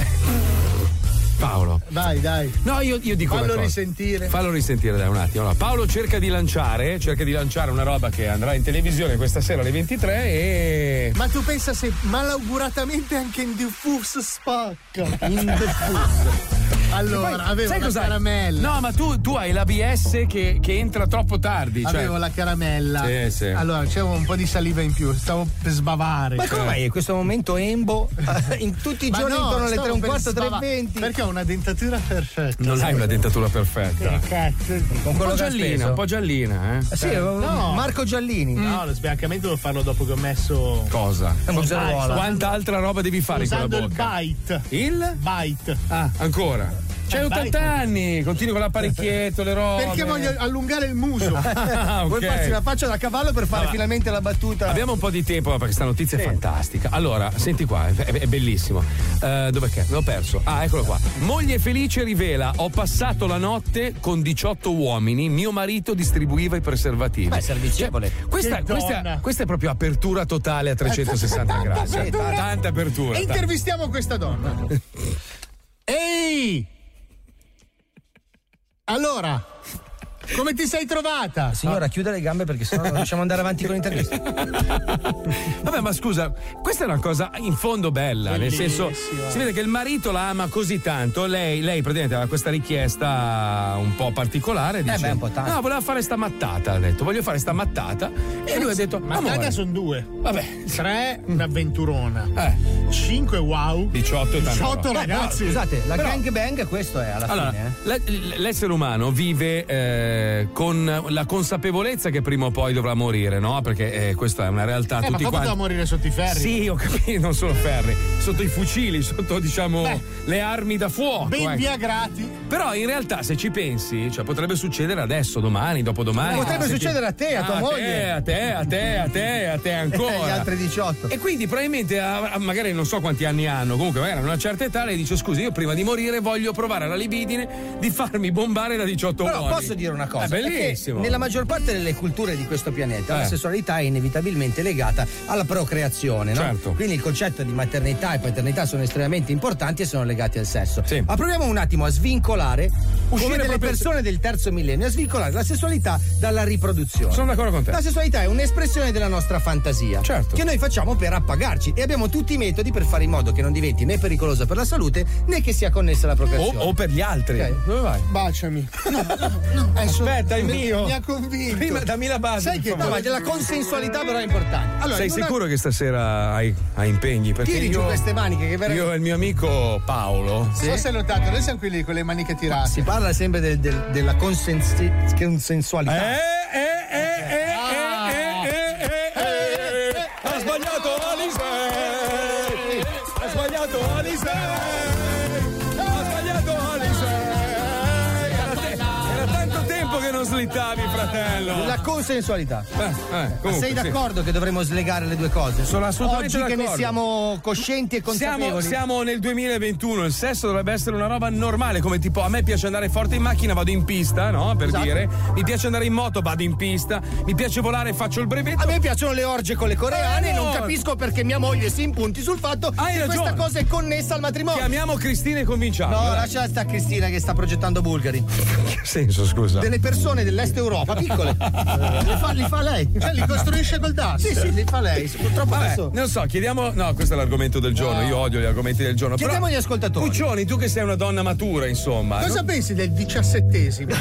Paolo. Dai. No, io dico Fallo risentire, dai, un attimo. Allora, Paolo cerca di lanciare una roba che andrà in televisione questa sera alle 23 e. Ma tu pensa se malauguratamente anche in diffus spacca? In diffus. Allora, avevo la caramella. No, ma tu hai l'ABS che entra troppo tardi. Avevo la caramella. Sì. Allora, c'era un po' di saliva in più, stavo per sbavare. Ma come mai in questo momento Embo in tutti i giorni intorno alle 3:15, 3:20? Perché ho una dentatura perfetta. Non hai una dentatura perfetta. Cazzo. Con quello un po' giallina, eh? Sì, no. Marco Giallini. No, lo sbiancamento devo farlo dopo che ho messo. Cosa? Quanta altra roba devi fare in quella bocca? Il bite. Il bite. Ah, ancora. C'hai 80 anni, continui con l'apparecchietto, le robe. Perché voglio allungare il muso. Okay. Vuoi farsi la faccia da cavallo per fare finalmente la battuta? Abbiamo un po' di tempo perché sta notizia è fantastica. Allora, senti qua, è bellissimo. Dov'è che? L'ho perso. Ah, eccolo qua. Moglie felice rivela: ho passato la notte con 18 uomini, mio marito distribuiva i preservativi. Beh, servizievole. Questa è proprio apertura totale a 360 gradi. Tanta apertura. E intervistiamo questa donna. Ehi! Allora, come ti sei trovata? Signora, chiuda le gambe perché sennò non riusciamo ad andare avanti con l'intervista. Vabbè, ma scusa, questa è una cosa in fondo bella, bellissimo. Nel senso, si vede che il marito la ama così tanto, lei praticamente aveva questa richiesta un po' particolare, dice, un po' tanto. No, voleva fare sta mattata, ha detto, voglio fare sta mattata, e lui ha detto, mattata sono 2. Vabbè. 3, un'avventurona. 5, wow. 18 ragazzi. No, scusate, la gangbang questo è alla fine. L'essere umano vive con la consapevolezza che prima o poi dovrà morire, no? Perché questa è una realtà. Tutti ma quanti poteva morire sotto i ferri. Sì, ho capito, non solo ferri, sotto i fucili, sotto le armi da fuoco. Ben viagrati. Però in realtà se ci pensi, cioè potrebbe succedere adesso, domani, dopodomani. Potrebbe succedere a te, a tua moglie. A te ancora. Gli altri 18. E quindi probabilmente magari non so quanti anni hanno, comunque magari a una certa età lei dice scusi, io prima di morire voglio provare la libidine di farmi bombare da 18 Però uomini. posso dire una cosa, è bellissimo. Nella maggior parte delle culture di questo pianeta la sessualità è inevitabilmente legata alla procreazione, no? Certo. Quindi il concetto di maternità e paternità sono estremamente importanti e sono legati al sesso. Sì. Ma proviamo un attimo a svincolare, come delle persone del terzo millennio, a svincolare la sessualità dalla riproduzione. Sono d'accordo con te. La sessualità è un'espressione della nostra fantasia, certo, che noi facciamo per appagarci, e abbiamo tutti i metodi per fare in modo che non diventi né pericolosa per la salute né che sia connessa alla procreazione. O per gli altri. Okay. Dove vai? Baciami. No. Aspetta, è mio. Mi ha convinto. Prima dammi la base. Sai che la consensualità però è importante. Allora, sei sicuro che stasera hai impegni? Perché tiri giù queste maniche che veramente. Io e il mio amico Paolo. Sì? So se hai notato, noi siamo quelli con le maniche tirate. Si parla sempre della consensualità. Ha sbagliato Alisei! Ha sbagliato Alisei! Era tanto tempo che non slittavi, fratello? La consensualità. Comunque, sei d'accordo che dovremmo slegare le due cose? Sono assolutamente Oggi che d'accordo. ne siamo coscienti e consapevoli. Siamo nel 2021, il sesso dovrebbe essere una roba normale, come tipo a me piace andare forte in macchina, vado in pista, no? Per Esatto. dire. Mi piace andare in moto, vado in pista. Mi piace volare, faccio il brevetto. A me piacciono le orge con le coreane, non no. capisco perché mia moglie si impunti sul fatto Hai che ragione. questa cosa è connessa al matrimonio. Chiamiamo Cristina e convinciamo. No, dai. lascia sta Cristina che sta progettando bulgari. Che senso, scusa? Delle persone dell'est Europa, piccole. li fa lei. Cioè, li costruisce col DAS. Sì, li fa lei. Purtroppo Vabbè, adesso. non so, chiediamo. No, questo è l'argomento del giorno. Io odio gli argomenti del giorno. Chiediamo Però, agli ascoltatori. Puccioni, tu che sei una donna matura, insomma. Cosa no? pensi del 17esimo?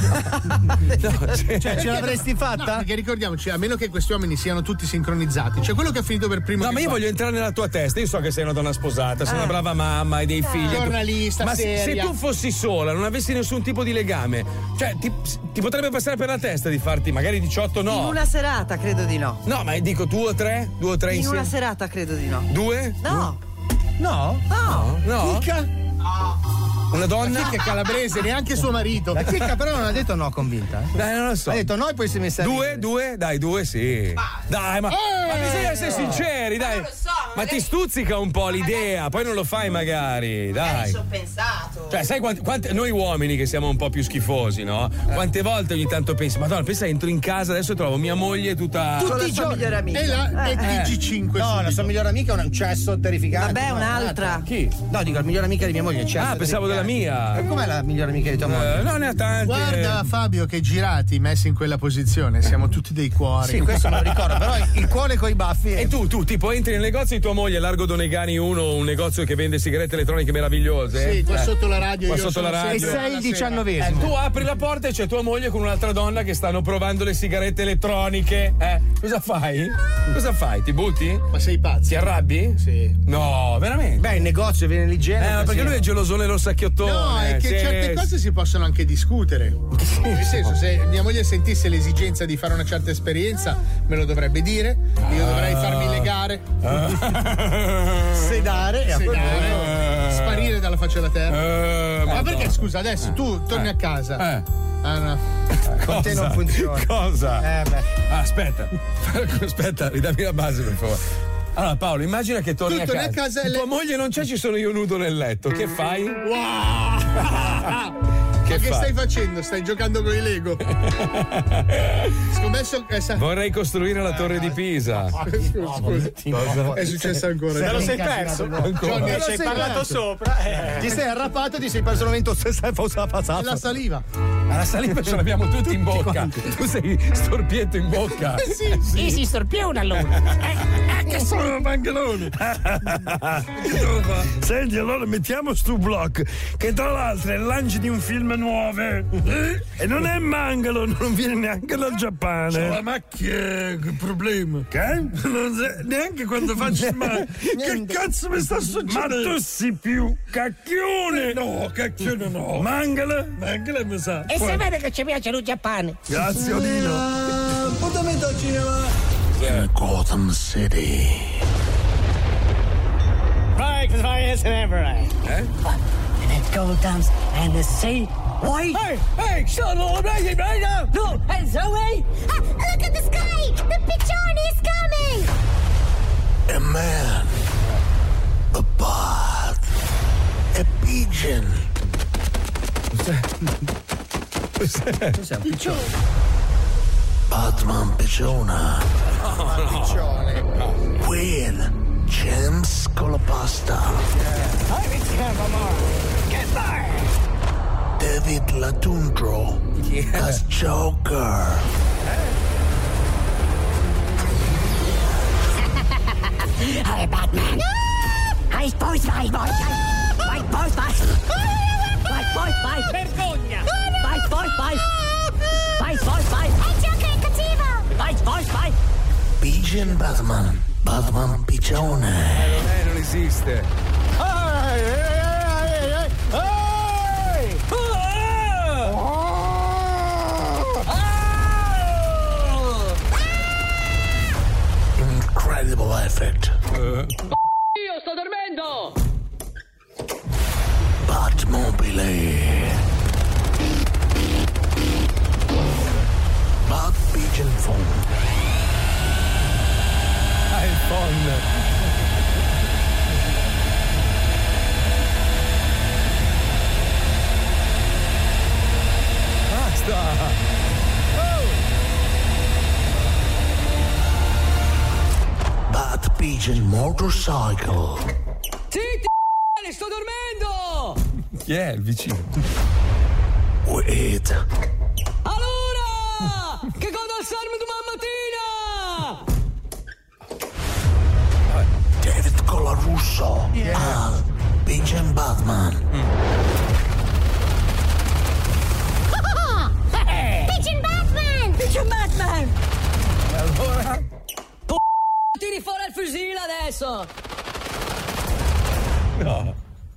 Cioè, ce l'avresti fatta? No, perché ricordiamoci, a meno che questi uomini siano tutti sincronizzati, cioè quello che ha finito per primo. No, ma io voglio entrare nella tua testa. Io so che sei una donna sposata, sei una brava mamma, hai dei figli. Giornalista, ma se seria. tu fossi sola, non avessi nessun tipo di legame, cioè ti potrebbe passare per la testa di farti magari 18, no? In una serata credo di no. No, ma dico 2 o 3? 2 o 3 In insieme? una serata credo di no. 2? No. No? No? Chicca? Una donna? Che è calabrese, neanche suo marito. La chicca però non ha detto no convinta. Non lo so. Ha detto no e poi si è messa a ridere. 2? Dai, 2 sì. Dai, ma bisogna essere sinceri, dai. Ma ti stuzzica un po' l'idea, poi non lo fai magari, dai. Ci ho pensato. Cioè, sai quante noi uomini che siamo un po' più schifosi, no? Quante volte ogni tanto pensi, Madonna, pensa entro in casa, adesso trovo mia moglie tutta. Tutti i giorni. Migliore amica. E là è TG5. No, la sua migliore amica è un cesso terrificante. Vabbè, un'altra. Chi? No, dico, la migliore amica di mia moglie è cesso. Ah, pensavo della mia. E com'è la migliore amica di tua moglie? No, ne ha tante. Guarda Fabio che girati messi in quella posizione, siamo tutti dei cuori. Sì, questo me lo ricordo, però il cuore coi baffi. E tu tipo entri nel negozio di tua moglie, Largo Donegani 1, un negozio che vende sigarette elettroniche meravigliose. Sì, qua sotto la radio. Qua io sotto sono la radio. sempre E sei il alla sera. 19esimo. Tu apri la porta e c'è tua moglie con un'altra donna che stanno provando le sigarette elettroniche. Cosa fai? Cosa fai? Ti butti? Ma sei pazzo? Ti arrabbi? Sì. No, veramente? Beh, il negozio viene l'igiene. Ma perché lui è gelosone lo sacchiottone. No, è che sì. certe cose si possono anche discutere. Nel senso, se mia moglie sentisse l'esigenza di fare una certa esperienza, me lo dovrebbe dire. Io dovrei farmi legare, sedare e sparire dalla faccia della terra. Ma perché, scusa, adesso tu torni a casa. Ah no. Con te non funziona. Cosa? Beh. Aspetta, ridammi la base per favore. Allora Paolo, immagina che torni Tu a torni casa. a casa e tua moglie non c'è, ci sono io nudo nel letto. Che fai? Wow! Ma che stai facendo? Stai giocando con i Lego? Scommesso che Vorrei costruire la torre di Pisa. Scusa. È successo ancora. Te lo sei perso? Johnny, Ci hai parlato sopra. Ti sei arrappato e ti sei perso il momento se sei passato. la saliva. Ma la saliva ce l'abbiamo tutti in bocca. Tu sei storpietto in bocca. Sì, si storpiona allora. Che sono un mangalone. Senti, allora mettiamo sto blocco, che tra l'altro è il lancio di un film nuovo. E non è mangalo, non viene neanche dal Giappone. C'ho la macchia, che problema? Che? Neanche quando faccio il male. Che cazzo mi sta succedendo? Ma tu sei più cacchione. No, cacchione no. Mangala mi sa. E se vede che ci piace lo Giappone. Grazie, Odino. Appuntamento al cinema. In Gotham City. Right, because I isn't ever right. And it Gotham's and the sea. Wait! Hey, shut up, right now! No, hey, Zoe! Look at the sky! The Pichoni is coming! A man. A bird. A pigeon. Cos'è un piccione? Batman Picciona. Piccione. With James con la pasta. David Latundro as Joker. Hey, Batman! No! Hai boys, vai! Vai, boys, vai! Vai! Vergogna! Vai! È Joker cattivo! Vai! Pigeon Batman. Batman Piccione. Non esiste. Incredible effect. Io sto dormendo! Batmobile. Bat Pigeon Phone. Ah, il phone. Bat Pigeon Motorcycle. Zitti, sto dormendo! Chi è il vicino? Wait. Allora! Che cosa alzarmi domani mattina? David Colarusso. Al Pigeon Batman. Pigeon Batman! Pigeon Batman! E allora? Tiri fuori il fucile adesso! No.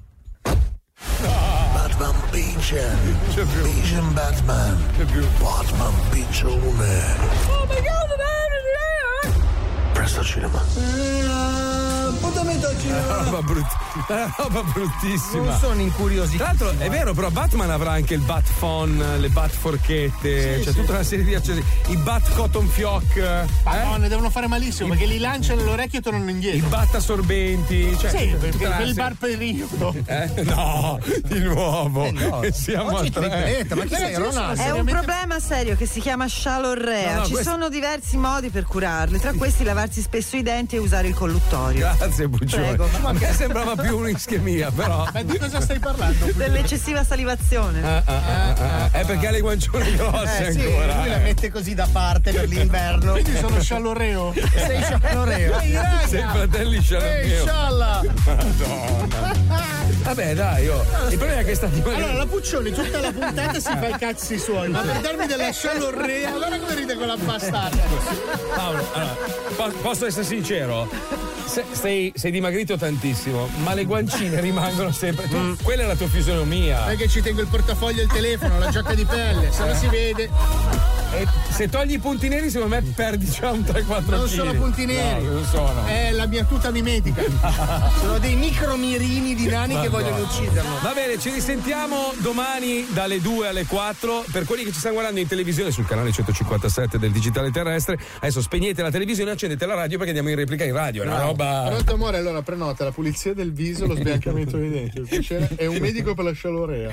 Batman Pigeon. Pigeon Batman. Batman Pigeone. Oh my god, Presto cinema. Appuntamento al cinema. Una roba bruttissima. Non sono incuriosito. Tra l'altro è vero, però Batman avrà anche il bat phone, le bat forchette, c'è tutta una serie di accessori. I bat cotton fioc. Madonna, devono fare malissimo perché li lanciano nell'orecchio e tornano indietro. I bat assorbenti. Cioè, sì, tutta perché una il serie- bar periodo. No, di nuovo. No. E siamo Oggi a tre. tripletta, ma chi sei, Ronaldo? È un problema serio che si chiama scialorrea. No, Ci questo- sono diversi modi per curarli, tra questi lavarsi spesso i denti e usare il colluttorio. Grazie, Buccione. Prego. Ma a me sembrava più un'ischemia, però. Ma di cosa stai parlando? Dell'eccessiva salivazione. È perché ha le guancione grosse Sì, ancora. lui la mette così da parte per l'inverno. Quindi sono scialoreo. Sei scialoreo. Ehi, raga! Sei fratelli scialoreo. Ehi, scialla! Madonna. Vabbè, dai, il problema è che sta Allora, la Puccioni tutta la puntata si fa i cazzi suoi, ma per darmi della scialorrea, guarda come ride quella bastarda. Paolo, allora, posso essere sincero? Sei dimagrito tantissimo, ma le guancine rimangono sempre. Quella è la tua fisionomia. Perché ci tengo il portafoglio e il telefono, la giacca di pelle, se no si vede. E se togli i punti neri, secondo me perdi già un 3-4 Non chili. sono punti neri. No, non sono. È la mia tuta mimetica. Sono dei micromirini di nani che vogliono ucciderlo. Va bene, ci risentiamo domani dalle 2 alle 4. Per quelli che ci stanno guardando in televisione sul canale 157 del Digitale Terrestre, adesso spegnete la televisione e accendete la radio perché andiamo in replica in radio. È una roba. Pronto amore, allora prenota la pulizia del viso, lo sbiancamento dei denti, il piacere, e un medico per la scialorrea.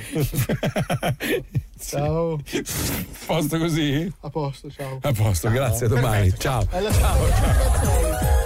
Ciao. Posto così? A posto, ciao. A posto, grazie, a domani. Ciao. Ciao.